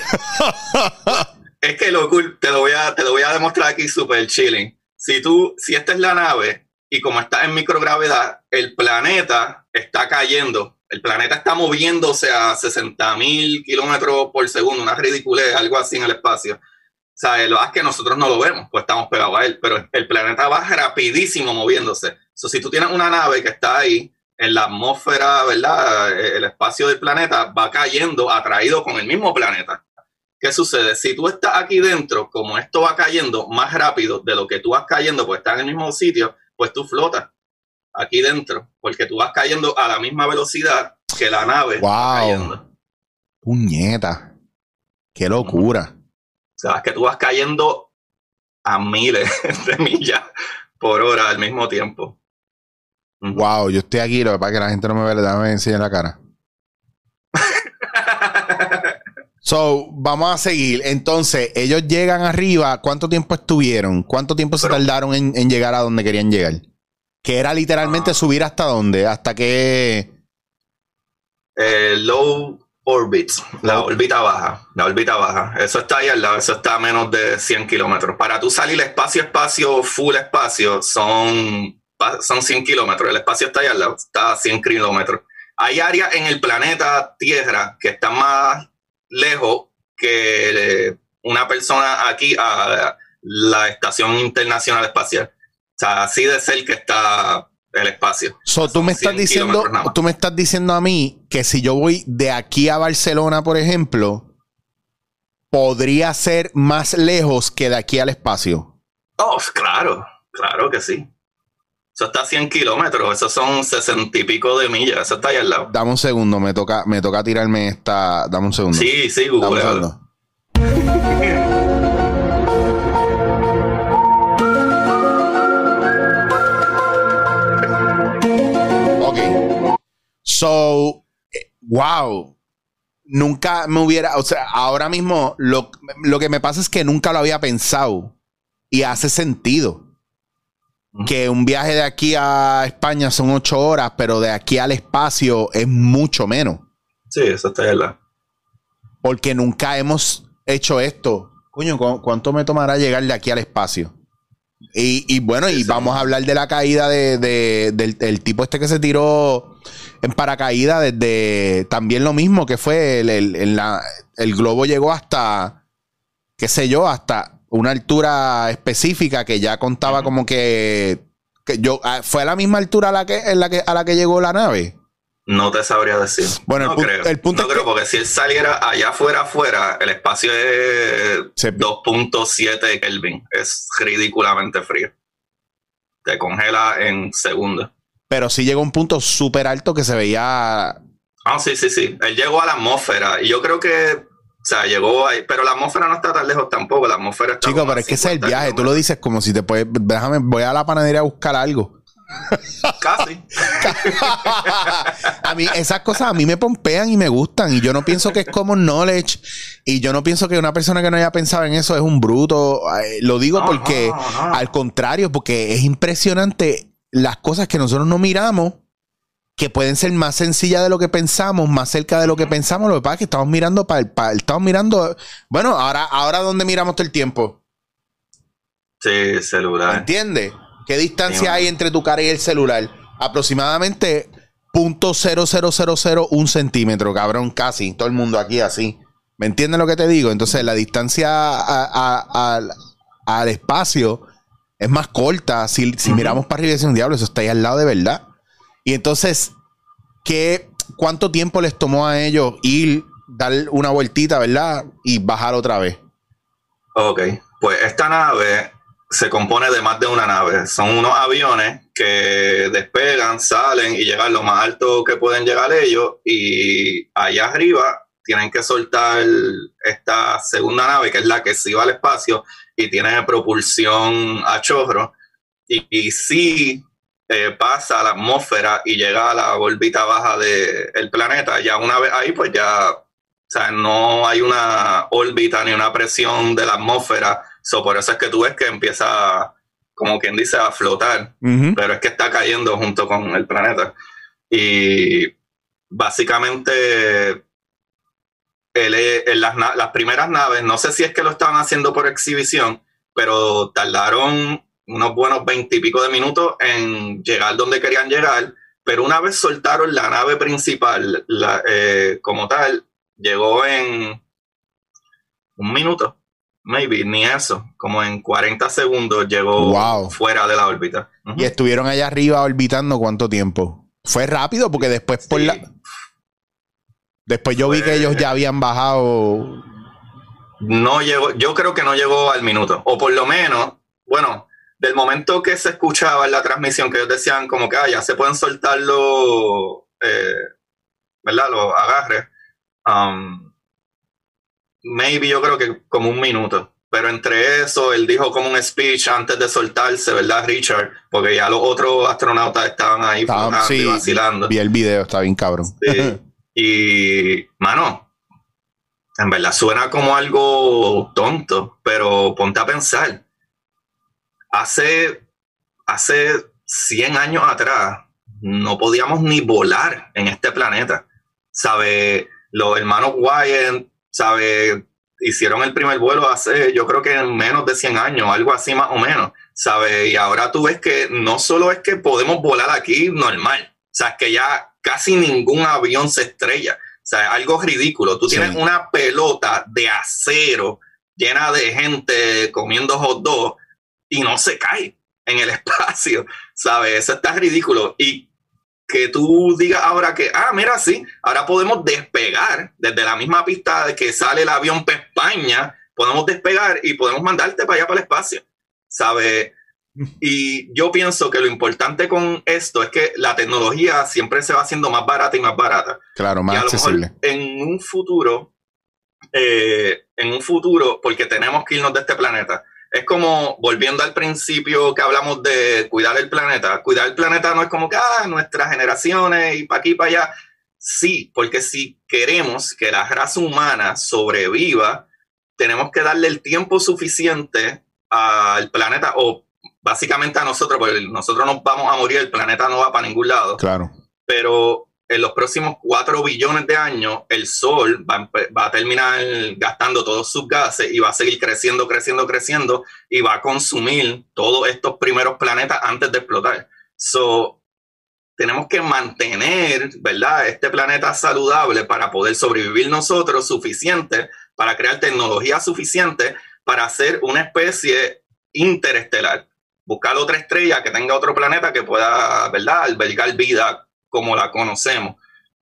Es que lo cool, te lo voy a, te lo voy a demostrar aquí súper chilling. Si tú, si esta es la nave y como está en microgravedad, el planeta está cayendo. El planeta está moviéndose a sesenta mil kilómetros por segundo, una ridiculez, algo así en el espacio. sea, lo que es que nosotros no lo vemos, pues estamos pegados a él, pero el planeta va rapidísimo moviéndose. So, si tú tienes una nave que está ahí en la atmósfera, ¿verdad? El espacio del planeta va cayendo atraído con el mismo planeta. ¿Qué sucede? Si tú estás aquí dentro, como esto va cayendo más rápido de lo que tú vas cayendo, pues estás en el mismo sitio, pues tú flotas aquí dentro, porque tú vas cayendo a la misma velocidad que la nave wow. va cayendo. Puñeta. Qué locura. O sea, es que tú vas cayendo a miles de millas por hora al mismo tiempo. Wow, yo estoy aquí, lo que pasa es que la gente no me ve, déjame enseñar la cara. So, vamos a seguir. Entonces, ellos llegan arriba. ¿Cuánto tiempo estuvieron? ¿Cuánto tiempo se Pero, tardaron en, en llegar a donde querían llegar? Que era literalmente uh, subir hasta dónde, hasta que... Eh, low orbit, la órbita baja, la órbita baja. Eso está ahí al lado, eso está a menos de cien kilómetros. Para tú salir espacio, espacio, full espacio, son, son cien kilómetros. El espacio está ahí al lado, está a cien kilómetros. Hay áreas en el planeta Tierra que están más lejos que una persona aquí a la Estación Internacional Espacial. O sea, así de cerca está el espacio. So, tú me estás diciendo, tú me estás diciendo a mí que si yo voy de aquí a Barcelona, por ejemplo, podría ser más lejos que de aquí al espacio. Oh, claro, claro que sí. Eso está a cien kilómetros, esos son sesenta y pico de millas, eso está ahí al lado. Dame un segundo, me toca, me toca tirarme esta. Dame un segundo. Sí, sí, Google. Ok. So, wow. Nunca me hubiera, o sea, ahora mismo lo, lo que me pasa es que nunca lo había pensado y hace sentido. Que un viaje de aquí a España son ocho horas, pero de aquí al espacio es mucho menos. Sí, eso está ahí la. Porque nunca hemos hecho esto. Coño, ¿cuánto me tomará llegar de aquí al espacio? Y, y bueno, sí, y sí. Vamos a hablar de la caída de, de, del, del tipo este que se tiró en paracaídas desde también lo mismo que fue el, el, el, la, el globo llegó hasta, qué sé yo, hasta una altura específica que ya contaba uh-huh. como que, que yo fue a la misma altura a la que, en la que, a la que llegó la nave. No te sabría decir. Bueno, no el, pu creo. el punto no es creo que... porque si él saliera allá afuera, afuera, el espacio es Se... dos punto siete Kelvin. Es ridículamente frío. Te congela en segundos. Pero sí llegó a un punto súper alto que se veía... Ah, sí, sí, sí. Él llegó a la atmósfera y yo creo que... O sea, llegó ahí, pero la atmósfera no está tan lejos tampoco. La atmósfera está... Chico, pero es que ese es el viaje. Kilómetros. Tú lo dices como si te puedes... Déjame, voy a la panadería a buscar algo. Casi. A mí, esas cosas a mí me pompean y me gustan. Y yo no pienso que es common knowledge. Y yo no pienso que una persona que no haya pensado en eso es un bruto. Eh, lo digo no, porque, no, no. al contrario, porque es impresionante las cosas que nosotros no miramos, que pueden ser más sencillas de lo que pensamos, más cerca de lo que pensamos. Lo que pasa es que estamos mirando para el, pa, estamos mirando. Bueno, ahora, ahora ¿dónde miramos todo el tiempo? Sí, celular. ¿Entiendes? ¿Qué distancia sí, hay entre tu cara y el celular? Aproximadamente punto cero cero cero cero un centímetro, cabrón, casi. Todo el mundo aquí así. ¿Me entiendes lo que te digo? Entonces la distancia a, a, a, al espacio es más corta. Si, si uh-huh. miramos para arriba y decimos, diablo, eso está ahí al lado de verdad. Y entonces, ¿qué, ¿cuánto tiempo les tomó a ellos ir, dar una vueltita, verdad? Y bajar otra vez. Ok, pues esta nave se compone de más de una nave. Son unos aviones que despegan, salen y llegan lo más alto que pueden llegar ellos. Y allá arriba tienen que soltar esta segunda nave, que es la que sí va al espacio y tiene propulsión a chorro. Y, y sí... Eh, pasa a la atmósfera y llega a la órbita baja del planeta. Ya una vez ahí, pues ya, o sea, no hay una órbita ni una presión de la atmósfera. So, por eso es que tú ves que empieza, como quien dice, a flotar. Uh-huh. Pero es que está cayendo junto con el planeta. Y básicamente, el, en las, las primeras naves, no sé si es que lo estaban haciendo por exhibición, pero tardaron unos buenos veinte y pico de minutos en llegar donde querían llegar, pero una vez soltaron la nave principal, la, eh, como tal, llegó en un minuto. maybe, ni eso. Como en cuarenta segundos llegó wow. fuera de la órbita. Uh-huh. Y estuvieron allá arriba orbitando ¿cuánto tiempo? Fue rápido porque después sí. por la... Después yo Fue... vi que ellos ya habían bajado... No llegó, yo creo que no llegó al minuto. O por lo menos, bueno, del momento que se escuchaba en la transmisión que ellos decían como que ah, ya se pueden soltar los, eh, ¿verdad? Los agarres. Um, maybe yo creo que como un minuto. Pero entre eso, él dijo como un speech antes de soltarse, ¿verdad, Richard? Porque ya los otros astronautas estaban ahí Estaban, sí, y vacilando. Vi el video, está bien cabrón. Sí. Y, mano, en verdad suena como algo tonto, pero ponte a pensar. Hace, hace cien años atrás no podíamos ni volar en este planeta. ¿Sabe? Los hermanos Wyatt, ¿sabe? Hicieron el primer vuelo hace, yo creo que en menos de cien años, algo así más o menos. ¿Sabe? Y ahora tú ves que no solo es que podemos volar aquí normal, o sea, es que ya casi ningún avión se estrella. O sea, algo ridículo. Tú sí. tienes una pelota de acero llena de gente comiendo hot dog y no se cae en el espacio, ¿sabes? Eso está ridículo. Y que tú digas ahora que, ah, mira, sí, ahora podemos despegar desde la misma pista de que sale el avión para España, podemos despegar y podemos mandarte para allá, para el espacio, ¿sabes? Y yo pienso que lo importante con esto es que la tecnología siempre se va haciendo más barata y más barata. Claro, más accesible. En un futuro, eh, en un futuro, porque tenemos que irnos de este planeta. Es como, volviendo al principio que hablamos de cuidar el planeta. Cuidar el planeta no es como que, ah, nuestras generaciones y para aquí y para allá. Sí, porque si queremos que la raza humana sobreviva, tenemos que darle el tiempo suficiente al planeta o básicamente a nosotros, porque nosotros nos vamos a morir, el planeta no va para ningún lado. Claro. Pero en los próximos cuatro billones de años, el Sol va, va a terminar gastando todos sus gases y va a seguir creciendo, creciendo, creciendo y va a consumir todos estos primeros planetas antes de explotar. So, tenemos que mantener, ¿verdad?, este planeta saludable para poder sobrevivir nosotros suficiente, para crear tecnología suficiente para hacer una especie interestelar. Buscar otra estrella que tenga otro planeta que pueda, ¿verdad?, albergar vida como la conocemos.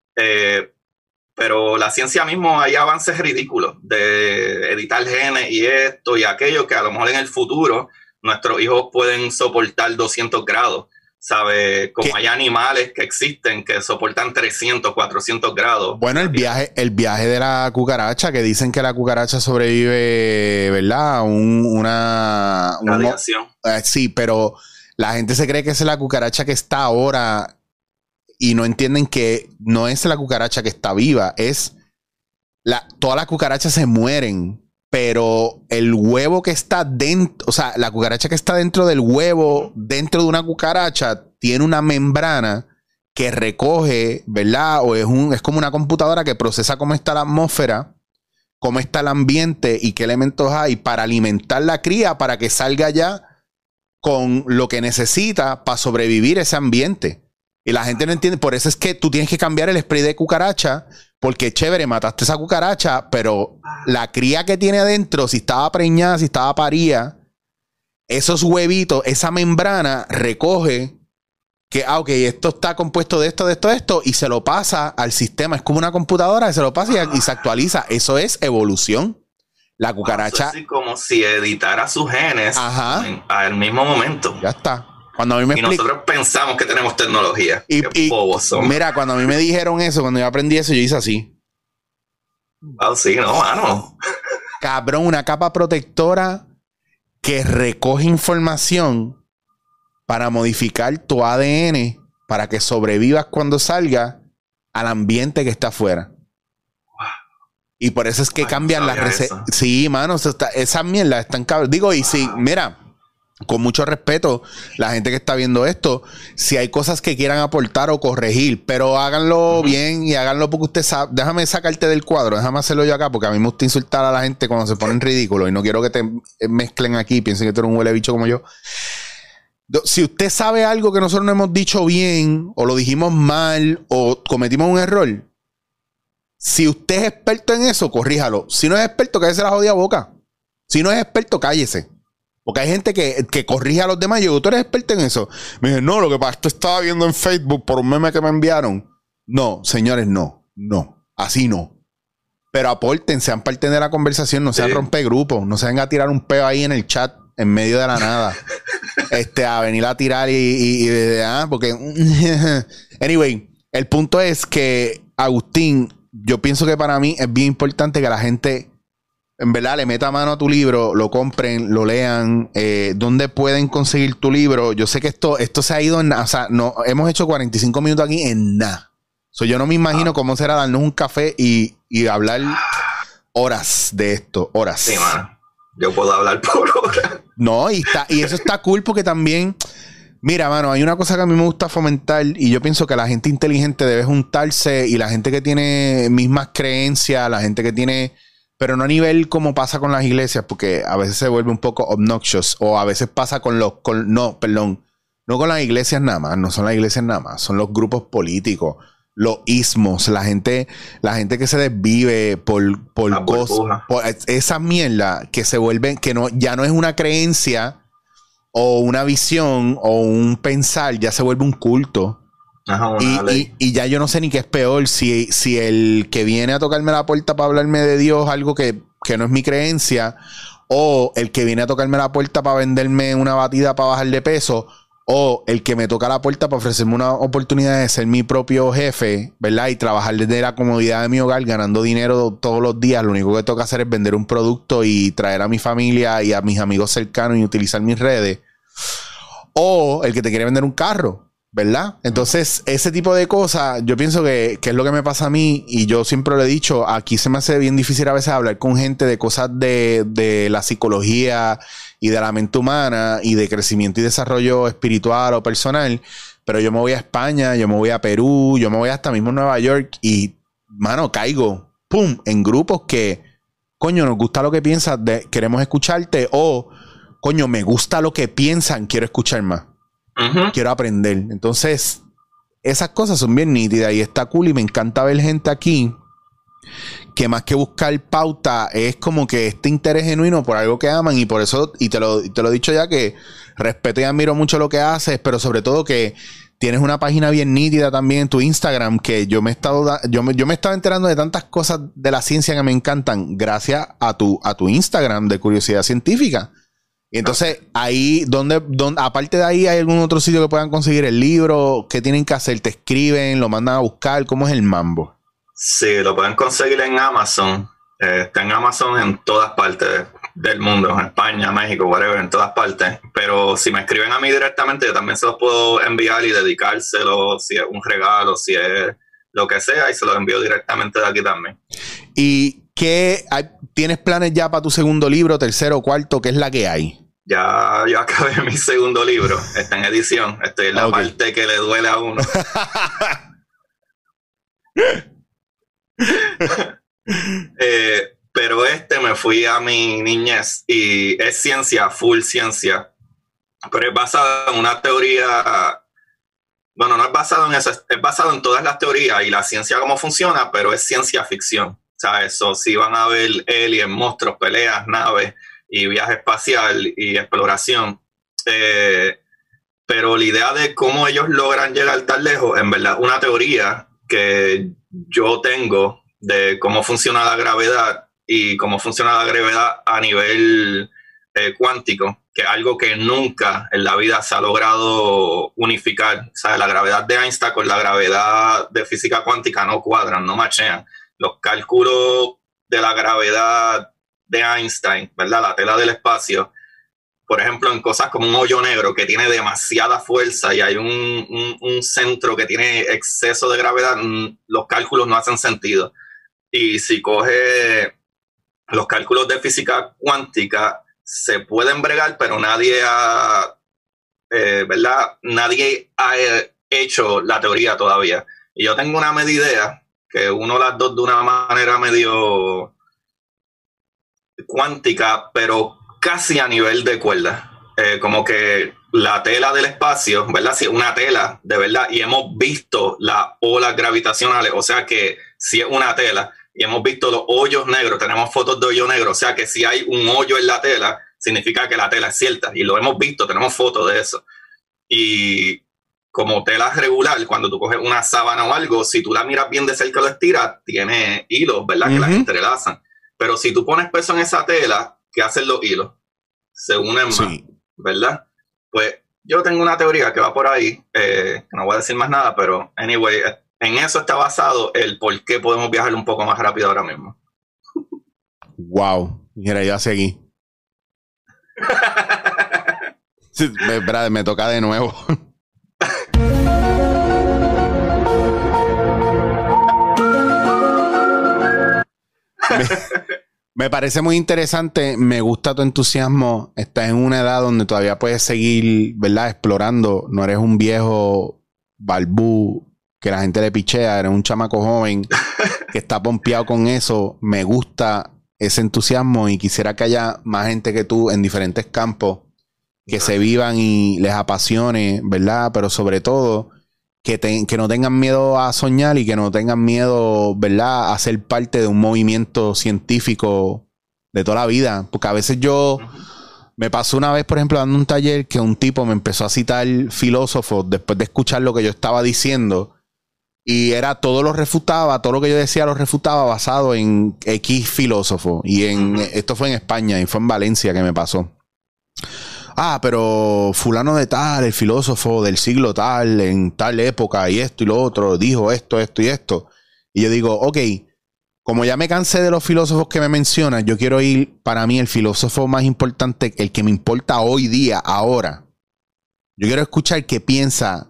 Eh, pero la ciencia mismo hay avances ridículos de editar genes y esto y aquello que a lo mejor en el futuro nuestros hijos pueden soportar doscientos grados. ¿Sabe? Como ¿Qué? Hay animales que existen que soportan trescientos, cuatrocientos grados. Bueno, el viaje, el viaje de la cucaracha, que dicen que la cucaracha sobrevive, ¿verdad? Un, una... Radiación. Un, eh, sí, pero la gente se cree que es la cucaracha que está ahora y no entienden que no es la cucaracha que está viva, es... La, todas las cucarachas se mueren, pero el huevo que está dentro, o sea, la cucaracha que está dentro del huevo, dentro de una cucaracha, tiene una membrana que recoge, ¿verdad? O es, un, es como una computadora que procesa cómo está la atmósfera, cómo está el ambiente y qué elementos hay para alimentar la cría para que salga ya con lo que necesita para sobrevivir ese ambiente. Y la gente no entiende. Por eso es que tú tienes que cambiar el spray de cucaracha. Porque chévere, mataste esa cucaracha, pero la cría que tiene adentro, si estaba preñada, si estaba parida, esos huevitos, esa membrana recoge que, ah, ok, esto está compuesto de esto, de esto, de esto, y se lo pasa al sistema. Es como una computadora, se lo pasa y, y se actualiza. Eso es evolución. La cucaracha... Eso es como si editara sus genes en, al mismo momento. Ya está. Cuando a mí me y explica... nosotros pensamos que tenemos tecnología. Y, y mira, cuando a mí me dijeron eso, cuando yo aprendí eso, yo hice así. Ah, sí, no, mano. Cabrón, una capa protectora que recoge información para modificar tu A D N para que sobrevivas cuando salgas al ambiente que está afuera. Wow. Y por eso es que Ay, cambian no las recetas. Sí, mano, está, esas mierdas están cabrón. Digo, y wow. sí, mira... Con mucho respeto, la gente que está viendo esto, si hay cosas que quieran aportar o corregir, pero háganlo uh-huh. bien y háganlo porque usted sabe. Déjame sacarte del cuadro, déjame hacerlo yo acá, porque a mí me gusta insultar a la gente cuando se ponen ridículos y no quiero que te mezclen aquí y piensen que tú eres un huele bicho como yo. Si usted sabe algo que nosotros no hemos dicho bien, o lo dijimos mal, o cometimos un error, si usted es experto en eso, corríjalo. Si no es experto, cállese la jodida boca. Si no es experto, cállese. Porque hay gente que, que corrige a los demás. Y yo, ¿tú eres experto en eso? Me dije, no, lo que pasa, esto estaba viendo en Facebook por un meme que me enviaron. No, señores, no. No. Así no. Pero aporten, sean parte de la conversación. No sean sí. rompe grupos. No sean a tirar un peo ahí en el chat en medio de la nada. este, a venir a tirar y... y, y ah, porque... Anyway, el punto es que, Agustín, yo pienso que para mí es bien importante que la gente... En verdad, le meta mano a tu libro, lo compren, lo lean. Eh, ¿Dónde pueden conseguir tu libro? Yo sé que esto, esto se ha ido en... O sea, no, hemos hecho cuarenta y cinco minutos aquí en nada. So, yo no me imagino ah. cómo será darnos un café y, y hablar horas de esto. Horas. Sí, mano. Yo puedo hablar por horas. No, y, está, y eso está cool porque también... Mira, mano, hay una cosa que a mí me gusta fomentar y yo pienso que la gente inteligente debe juntarse y la gente que tiene mismas creencias, la gente que tiene... Pero no a nivel como pasa con las iglesias, porque a veces se vuelve un poco obnoxious, o a veces pasa con los... Con, no, perdón, no con las iglesias nada más, no son las iglesias nada más, son los grupos políticos, los ismos, la gente, la gente que se desvive por, por cosas, por esa mierda que se vuelven, que no, ya no es una creencia o una visión o un pensar, ya se vuelve un culto. Ajá, y, y, y ya yo no sé ni qué es peor, si, si el que viene a tocarme la puerta para hablarme de Dios, algo que, que no es mi creencia, o el que viene a tocarme la puerta para venderme una batida para bajar de peso, o el que me toca la puerta para ofrecerme una oportunidad de ser mi propio jefe, ¿verdad? Y trabajar desde la comodidad de mi hogar, ganando dinero todos los días. Lo único que toca hacer es vender un producto y traer a mi familia y a mis amigos cercanos y utilizar mis redes. O el que te quiere vender un carro, ¿verdad? Entonces, ese tipo de cosas, yo pienso que, que es lo que me pasa a mí, y yo siempre lo he dicho, aquí se me hace bien difícil a veces hablar con gente de cosas de, de la psicología y de la mente humana y de crecimiento y desarrollo espiritual o personal, pero yo me voy a España, yo me voy a Perú, yo me voy hasta mismo a Nueva York y, mano, caigo, pum, en grupos que, coño, nos gusta lo que piensas, de, queremos escucharte, o, coño, me gusta lo que piensan, quiero escuchar más. Uh-huh. Quiero aprender. Entonces, esas cosas son bien nítidas y está cool y me encanta ver gente aquí que más que buscar pauta es como que este interés genuino por algo que aman y por eso, y te lo, te lo he dicho ya, que respeto y admiro mucho lo que haces, pero sobre todo que tienes una página bien nítida también en tu Instagram, que yo me he estado yo me, yo me he estado enterando de tantas cosas de la ciencia que me encantan gracias a tu, a tu Instagram de Curiosidad Científica. Y entonces, ahí, donde, donde, aparte de ahí, ¿hay algún otro sitio que puedan conseguir el libro? ¿Qué tienen que hacer? ¿Te escriben? ¿Lo mandan a buscar? ¿Cómo es el mambo? Sí, lo pueden conseguir en Amazon. Eh, está en Amazon en todas partes del mundo, en España, México, whatever, en todas partes. Pero si me escriben a mí directamente, yo también se los puedo enviar y dedicárselo, si es un regalo, si es lo que sea, y se los envío directamente de aquí también. ¿Y qué hay, tienes planes ya para tu segundo libro, tercero, cuarto? ¿Qué es la que hay? Ya yo acabé mi segundo libro, está en edición, estoy en la okay. parte que le duele a uno. eh, pero este me fui a mi niñez y es ciencia, full ciencia, pero es basado en una teoría, bueno, no es basado en eso, es basado en todas las teorías y la ciencia cómo funciona, pero es ciencia ficción. O sea, eso sí van a ver aliens, monstruos, peleas, naves y viaje espacial y exploración. Eh, pero la idea de cómo ellos logran llegar tan lejos, en verdad, una teoría que yo tengo de cómo funciona la gravedad y cómo funciona la gravedad a nivel eh, cuántico, que es algo que nunca en la vida se ha logrado unificar. O sea, la gravedad de Einstein con la gravedad de física cuántica no cuadran, no machean. Los cálculos de la gravedad de Einstein, ¿verdad? La tela del espacio, por ejemplo, en cosas como un hoyo negro que tiene demasiada fuerza y hay un, un, un centro que tiene exceso de gravedad, los cálculos no hacen sentido. Y si coge los cálculos de física cuántica, se pueden bregar, pero nadie ha, eh, ¿verdad? Nadie ha hecho la teoría todavía. Y yo tengo una media idea, que uno las dos de una manera medio cuántica, pero casi a nivel de cuerda. Eh, como que la tela del espacio, ¿verdad? Si es una tela, de verdad, y hemos visto las olas gravitacionales, o sea que si es una tela, y hemos visto los hoyos negros, tenemos fotos de hoyo negro, o sea que si hay un hoyo en la tela, significa que la tela es cierta, y lo hemos visto, tenemos fotos de eso. Y como tela regular, cuando tú coges una sábana o algo, si tú la miras bien de cerca y lo estiras, tiene hilos, ¿verdad? Uh-huh. Que las entrelazan. Pero si tú pones peso en esa tela, ¿qué hacen los hilos? Se unen más, sí. ¿Verdad? Pues yo tengo una teoría que va por ahí, eh, que no voy a decir más nada, pero anyway, en eso está basado el por qué podemos viajar un poco más rápido ahora mismo. Wow, mira, ya seguí. Sí, me, me toca de nuevo. me, me parece muy interesante, me gusta tu entusiasmo. Estás en una edad donde todavía puedes seguir, ¿verdad? Explorando. No eres un viejo balbú que la gente le pichea, eres un chamaco joven que está pompeado con eso. Me gusta ese entusiasmo y quisiera que haya más gente que tú en diferentes campos que se vivan y les apasione, ¿verdad? Pero sobre todo que, te, que no tengan miedo a soñar y que no tengan miedo, ¿verdad?, a ser parte de un movimiento científico de toda la vida. Porque a veces yo me pasó una vez, por ejemplo, dando un taller que un tipo me empezó a citar filósofos después de escuchar lo que yo estaba diciendo y era todo lo refutaba, todo lo que yo decía lo refutaba basado en X filósofo. Y en esto fue en España y fue en Valencia que me pasó. Ah, pero fulano de tal, el filósofo del siglo tal, en tal época y esto y lo otro, dijo esto, esto y esto. Y yo digo, ok, como ya me cansé de los filósofos que me mencionan, yo quiero ir, para mí, el filósofo más importante, el que me importa hoy día, ahora. Yo quiero escuchar qué piensa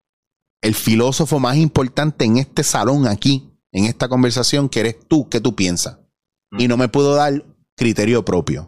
el filósofo más importante en este salón aquí, en esta conversación, que eres tú, ¿qué tú piensas? Y no me puedo dar criterio propio.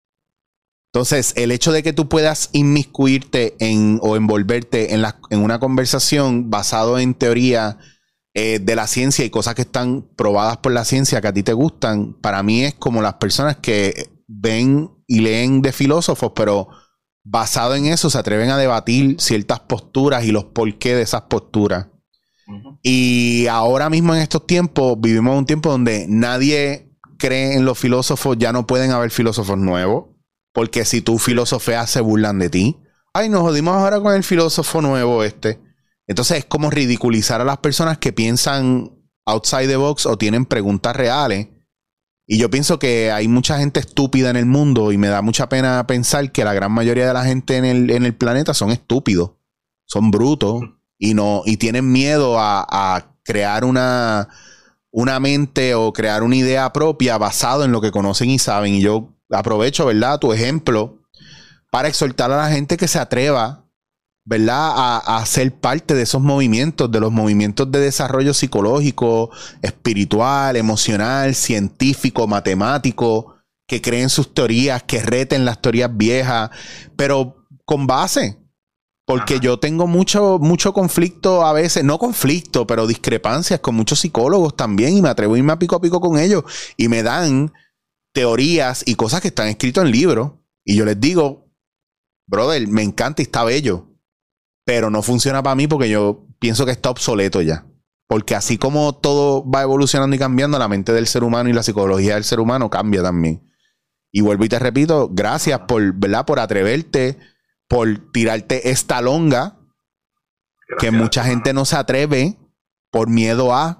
Entonces, el hecho de que tú puedas inmiscuirte en, o envolverte en, la, en una conversación basado en teoría eh, de la ciencia y cosas que están probadas por la ciencia que a ti te gustan, para mí es como las personas que ven y leen de filósofos, pero basado en eso se atreven a debatir ciertas posturas y los porqué de esas posturas. Uh-huh. Y ahora mismo en estos tiempos vivimos un tiempo donde nadie cree en los filósofos, ya no pueden haber filósofos nuevos. Porque si tú filosofeas, se burlan de ti. Ay, nos jodimos ahora con el filósofo nuevo este. Entonces es como ridiculizar a las personas que piensan outside the box o tienen preguntas reales. Y yo pienso que hay mucha gente estúpida en el mundo y me da mucha pena pensar que la gran mayoría de la gente en el, en el planeta son estúpidos. Son brutos y, no, y tienen miedo a, a crear una, una mente o crear una idea propia basado en lo que conocen y saben. Y yo aprovecho, ¿verdad?, tu ejemplo para exhortar a la gente que se atreva, ¿verdad?, a, a ser parte de esos movimientos, de los movimientos de desarrollo psicológico, espiritual, emocional, científico, matemático, que creen sus teorías, que reten las teorías viejas, pero con base. Porque Ajá. yo tengo mucho, mucho conflicto a veces, no conflicto, pero discrepancias con muchos psicólogos también y me atrevo a irme a pico a pico con ellos y me dan teorías y cosas que están escritas en libros y yo les digo, brother, me encanta y está bello, pero no funciona para mí porque yo pienso que está obsoleto ya, porque así como todo va evolucionando y cambiando, la mente del ser humano y la psicología del ser humano cambia también. Y vuelvo y te repito, gracias por, ¿verdad?, por atreverte, por tirarte esta longa gracias, que mucha gente no se atreve por miedo a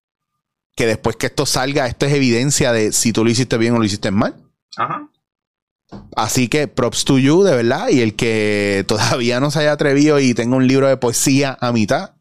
que después que esto salga, esto es evidencia de si tú lo hiciste bien o lo hiciste mal. Ajá. Así que props to you, de verdad. Y el que todavía no se haya atrevido y tenga un libro de poesía a mitad.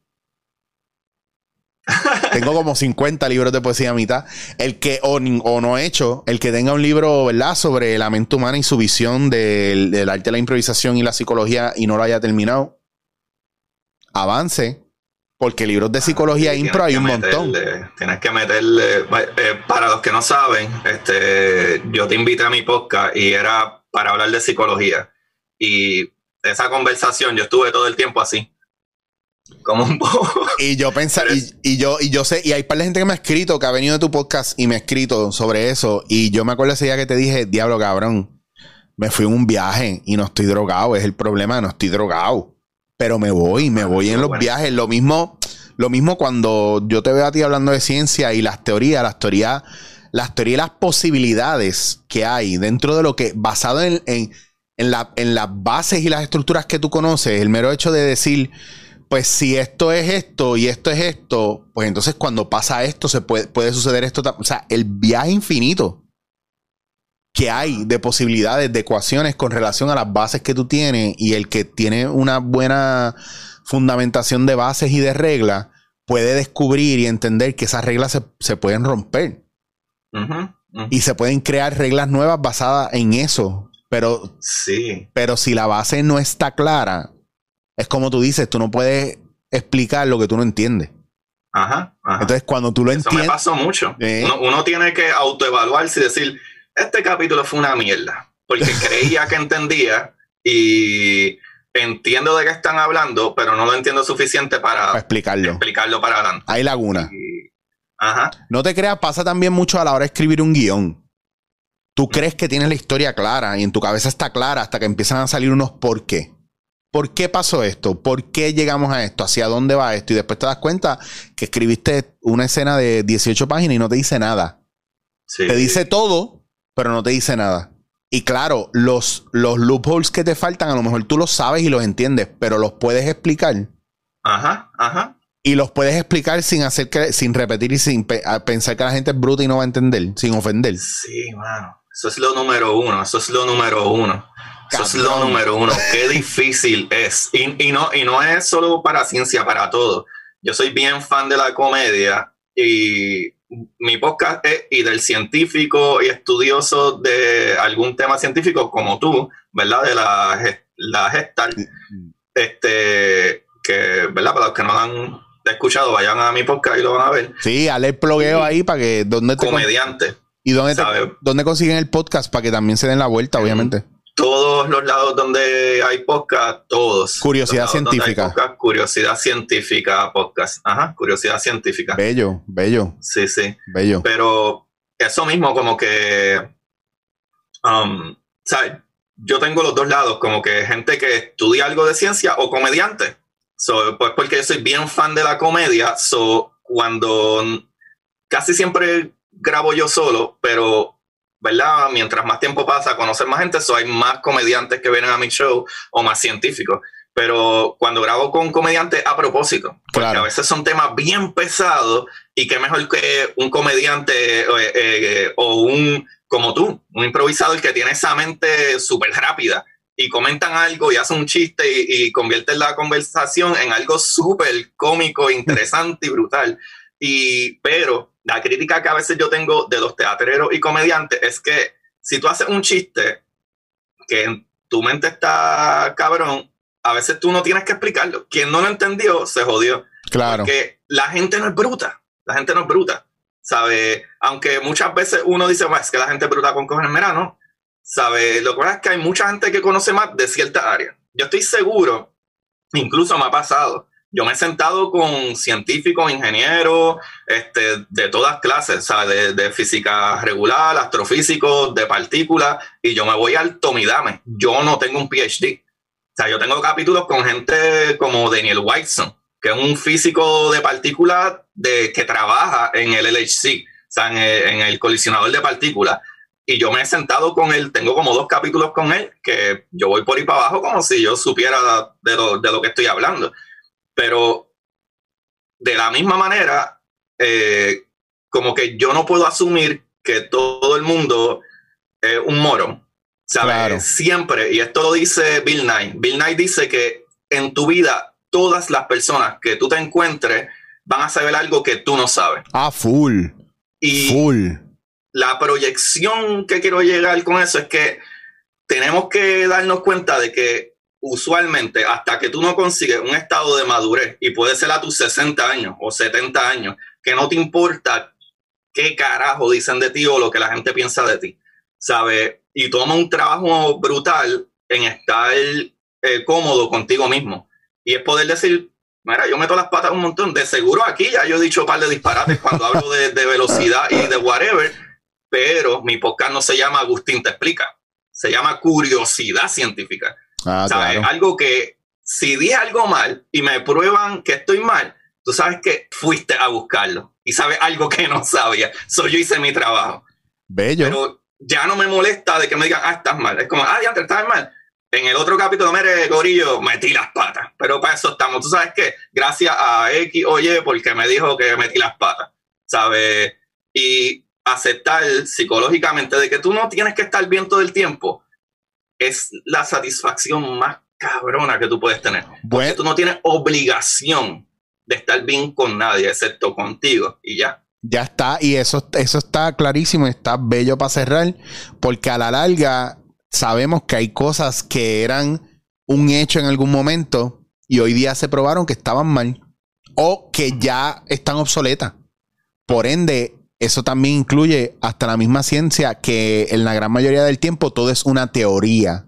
Tengo como cincuenta libros de poesía a mitad. El que, o, o no he hecho, el que tenga un libro, ¿verdad?, sobre la mente humana y su visión del, del arte de la improvisación y la psicología y no lo haya terminado, avance. Porque libros de psicología ah, sí, impro hay un meterle, montón. Tienes que meterle. Eh, para los que no saben, este, yo te invité a mi podcast y era para hablar de psicología. Y esa conversación, yo estuve todo el tiempo así. Como un poco. Y yo pensaba, y, y yo, y yo sé, y hay par de gente que me ha escrito, que ha venido de tu podcast y me ha escrito sobre eso. Y yo me acuerdo ese día que te dije, diablo, cabrón, me fui en un viaje y no estoy drogado. Es el problema, no estoy drogado. Pero me voy, me voy en los viajes. Lo mismo, Lo mismo cuando yo te veo a ti hablando de ciencia y las teorías, las teorías, las teorías y las posibilidades que hay dentro de lo que, basado en, en, en, la, en las bases y las estructuras que tú conoces, el mero hecho de decir, pues si esto es esto y esto es esto, pues entonces cuando pasa esto se puede, puede suceder esto. O sea, el viaje infinito que hay de posibilidades, de ecuaciones con relación a las bases que tú tienes, y el que tiene una buena fundamentación de bases y de reglas puede descubrir y entender que esas reglas se, se pueden romper. Uh-huh, uh-huh. Y se pueden crear reglas nuevas basadas en eso. Pero, sí. pero si la base no está clara, es como tú dices, tú no puedes explicar lo que tú no entiendes. Ajá, ajá. Entonces, cuando tú lo Eso entiendes... me pasó mucho. ¿Eh? Uno, uno tiene que autoevaluarse y decir, este capítulo fue una mierda, porque creía que entendía y entiendo de qué están hablando, pero no lo entiendo suficiente para, para explicarlo. explicarlo para adelante. Hay laguna. Y, ajá. No te creas, pasa también mucho a la hora de escribir un guión. Tú mm. crees que tienes la historia clara y en tu cabeza está clara hasta que empiezan a salir unos por qué. ¿Por qué pasó esto? ¿Por qué llegamos a esto? ¿Hacia dónde va esto? Y después te das cuenta que escribiste una escena de dieciocho páginas y no te dice nada. Sí. Te dice todo, pero no te dice nada. Y claro, los, los loopholes que te faltan, a lo mejor tú los sabes y los entiendes, pero los puedes explicar. Ajá, ajá. Y los puedes explicar sin hacer que, sin repetir y sin pe pensar que la gente es bruta y no va a entender, sin ofender. Sí, mano. Eso es lo número uno. Eso es lo número uno. Eso es lo número uno. Qué difícil es. Y, y, no, y no es solo para ciencia, para todo. Yo soy bien fan de la comedia y mi podcast es y del científico y estudioso de algún tema científico como tú, ¿verdad? De la, la Gestalt. Este, que, ¿verdad? Para los que no lo han escuchado, vayan a mi podcast y lo van a ver. Sí, hazle el plugueo ahí para que... ¿dónde te comediante. ¿Y dónde, te, dónde consiguen el podcast? Para que también se den la vuelta, obviamente. Todos los lados donde hay podcast, todos. Curiosidad científica. Podcast, curiosidad científica, podcast. Ajá, curiosidad científica. Bello, bello. Sí, sí. Bello. Pero eso mismo, como que. Um, ¿sabes? Yo tengo los dos lados, como que gente que estudia algo de ciencia o comediante. So, pues porque yo soy bien fan de la comedia. So, cuando casi siempre grabo yo solo, pero. ¿Verdad? Mientras más tiempo pasa, conocer más gente, so hay más comediantes que vienen a mi show o más científicos. Pero cuando grabo con comediantes, a propósito, porque claro. a veces son temas bien pesados y qué mejor que un comediante eh, eh, o un, como tú, un improvisador que tiene esa mente súper rápida y comentan algo y hacen un chiste y, y convierten la conversación en algo súper cómico, interesante y brutal. Y, pero la crítica que a veces yo tengo de los teatreros y comediantes es que si tú haces un chiste que en tu mente está cabrón, a veces tú no tienes que explicarlo. Quien no lo entendió se jodió. Claro. Porque la gente no es bruta. La gente no es bruta. ¿Sabe? Aunque muchas veces uno dice, pues, es que la gente es bruta con cojones, mira, ¿no? ¿Sabe? Lo que pasa es que hay mucha gente que conoce más de cierta área. Yo estoy seguro, incluso me ha pasado. Yo me he sentado con científicos, ingenieros, este, de todas clases, ¿sabes? De, de física regular, astrofísicos, de partículas, y yo me voy al tomidame. Yo no tengo un P H D. O sea, yo tengo capítulos con gente como Daniel Whiteson, que es un físico de partículas de, que trabaja en el L H C, o sea, en el, en el colisionador de partículas. Y yo me he sentado con él, tengo como dos capítulos con él, que yo voy por ahí para abajo como si yo supiera de lo, de lo que estoy hablando. Pero de la misma manera, eh, como que yo no puedo asumir que todo el mundo es un morón, ¿sabes? Claro. Siempre, y esto lo dice Bill Nye. Bill Nye dice que en tu vida todas las personas que tú te encuentres van a saber algo que tú no sabes. Ah, full. Y full. La proyección que quiero llegar con eso es que tenemos que darnos cuenta de que usualmente, hasta que tú no consigues un estado de madurez, y puede ser a tus sesenta años o setenta años, que no te importa qué carajo dicen de ti o lo que la gente piensa de ti, ¿sabes? Y toma un trabajo brutal en estar eh, cómodo contigo mismo. Y es poder decir, mira, yo meto las patas un montón. De seguro aquí ya yo he dicho un par de disparates cuando hablo de, de velocidad y de whatever, pero mi podcast no se llama Agustín Te Explica. Se llama Curiosidad Científica. Ah, ¿sabes? Claro. Algo que si dije algo mal y me prueban que estoy mal, tú sabes que fuiste a buscarlo y sabes algo que no sabía. So, yo hice mi trabajo. Bello. Pero ya no me molesta de que me digan, ah, estás mal. Es como, ah, ya, estás mal. En el otro capítulo, mire, gorillo, metí las patas. Pero para eso estamos. Tú sabes que gracias a X o Y porque me dijo que metí las patas. ¿Sabes? Y aceptar psicológicamente de que tú no tienes que estar bien todo el tiempo es la satisfacción más cabrona que tú puedes tener. Porque bueno, tú no tienes obligación de estar bien con nadie, excepto contigo, y ya. Ya está, y eso, eso está clarísimo, está bello para cerrar, porque a la larga sabemos que hay cosas que eran un hecho en algún momento y hoy día se probaron que estaban mal o que ya están obsoletas. Por ende, eso también incluye hasta la misma ciencia, que en la gran mayoría del tiempo todo es una teoría.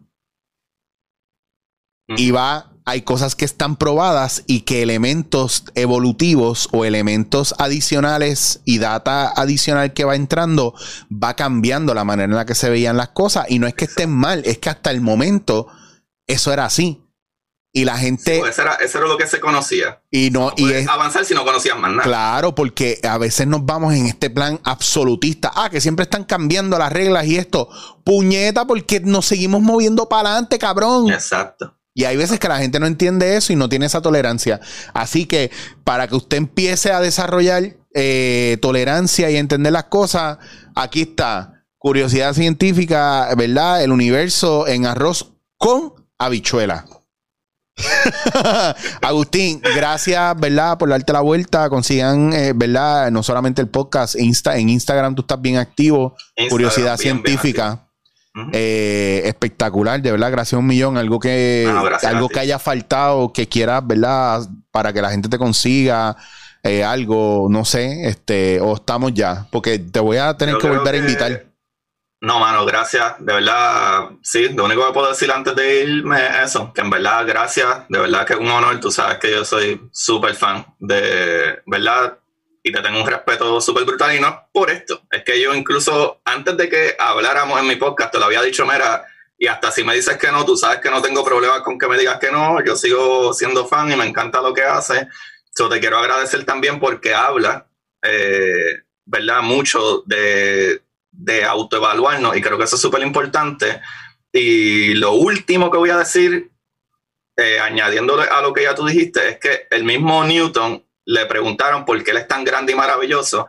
Mm. Y va... Hay cosas que están probadas y que elementos evolutivos o elementos adicionales y data adicional que va entrando va cambiando la manera en la que se veían las cosas. Y no es que estén mal, es que hasta el momento eso era así. Y la gente... Sí, pues eso, era, eso era lo que se conocía. Y no, no y es, avanzar si no conocían más nada. Claro, porque a veces nos vamos en este plan absolutista. Ah, que siempre están cambiando las reglas y esto. Puñeta, porque nos seguimos moviendo para adelante, cabrón. Exacto. Y hay veces que la gente no entiende eso y no tiene esa tolerancia. Así que para que usted empiece a desarrollar eh, tolerancia y entender las cosas, aquí está. Curiosidad científica, ¿verdad? El universo en arroz con habichuela. Agustín, gracias, ¿verdad? Por darte la vuelta. Consigan, eh, ¿verdad? No solamente el podcast, Insta, en Instagram tú estás bien activo. Instagram, Curiosidad bien, científica. Bien Uh-huh. Eh, espectacular, de verdad, gracias a un millón. Algo que no, algo que haya faltado, que quieras, ¿verdad? Para que la gente te consiga eh, algo, no sé, este, o estamos ya, porque te voy a tener Yo que volver que... a invitar. No, mano, gracias, de verdad, sí, lo único que puedo decir antes de irme es eso, que en verdad, gracias, de verdad que es un honor, tú sabes que yo soy súper fan de, ¿verdad? Y te tengo un respeto súper brutal, y no es por esto. Es que yo incluso, antes de que habláramos en mi podcast, te lo había dicho, mira, y hasta si me dices que no, tú sabes que no tengo problemas con que me digas que no. Yo sigo siendo fan y me encanta lo que haces. So, te quiero agradecer también porque habla, eh, ¿verdad? Mucho de, de autoevaluarnos, y creo que eso es súper importante. Y lo último que voy a decir, eh, añadiéndole a lo que ya tú dijiste, es que el mismo Newton le preguntaron por qué él es tan grande y maravilloso,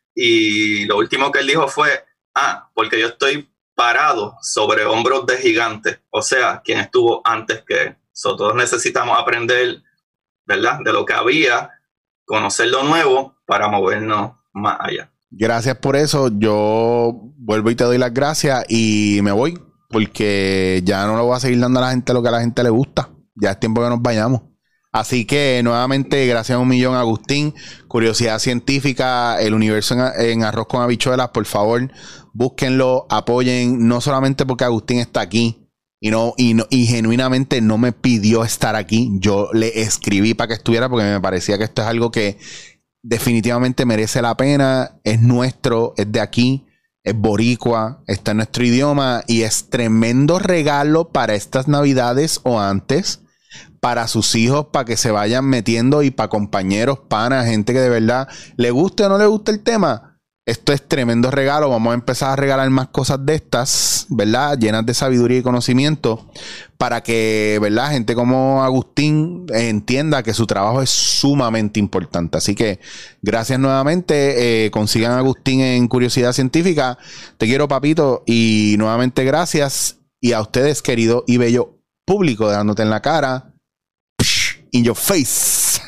y lo último que él dijo fue, ah, porque yo estoy parado sobre hombros de gigantes, o sea, quien estuvo antes que él. So, todos necesitamos aprender, ¿verdad?, de lo que había, conocer lo nuevo para movernos más allá. Gracias por eso. Yo vuelvo y te doy las gracias y me voy, porque ya no le voy a seguir dando a la gente lo que a la gente le gusta. Ya es tiempo que nos vayamos. Así que nuevamente, gracias a un millón, Agustín. Curiosidad científica, el universo en, en arroz con habichuelas, por favor, búsquenlo, apoyen, no solamente porque Agustín está aquí y no, y no, y genuinamente no me pidió estar aquí. Yo le escribí para que estuviera porque me parecía que esto es algo que definitivamente merece la pena, es nuestro, es de aquí, es boricua, está en nuestro idioma y es tremendo regalo para estas navidades o antes, para sus hijos, para que se vayan metiendo, y para compañeros, panas, gente que de verdad le guste o no le guste el tema. Esto es tremendo regalo. Vamos a empezar a regalar más cosas de estas, ¿verdad? Llenas de sabiduría y conocimiento, para que, ¿verdad?, gente como Agustín entienda que su trabajo es sumamente importante. Así que gracias nuevamente. Eh, consigan a Agustín en Curiosidad Científica. Te quiero, papito, y nuevamente gracias. Y a ustedes, querido y bello público, dándote en la cara. In your face.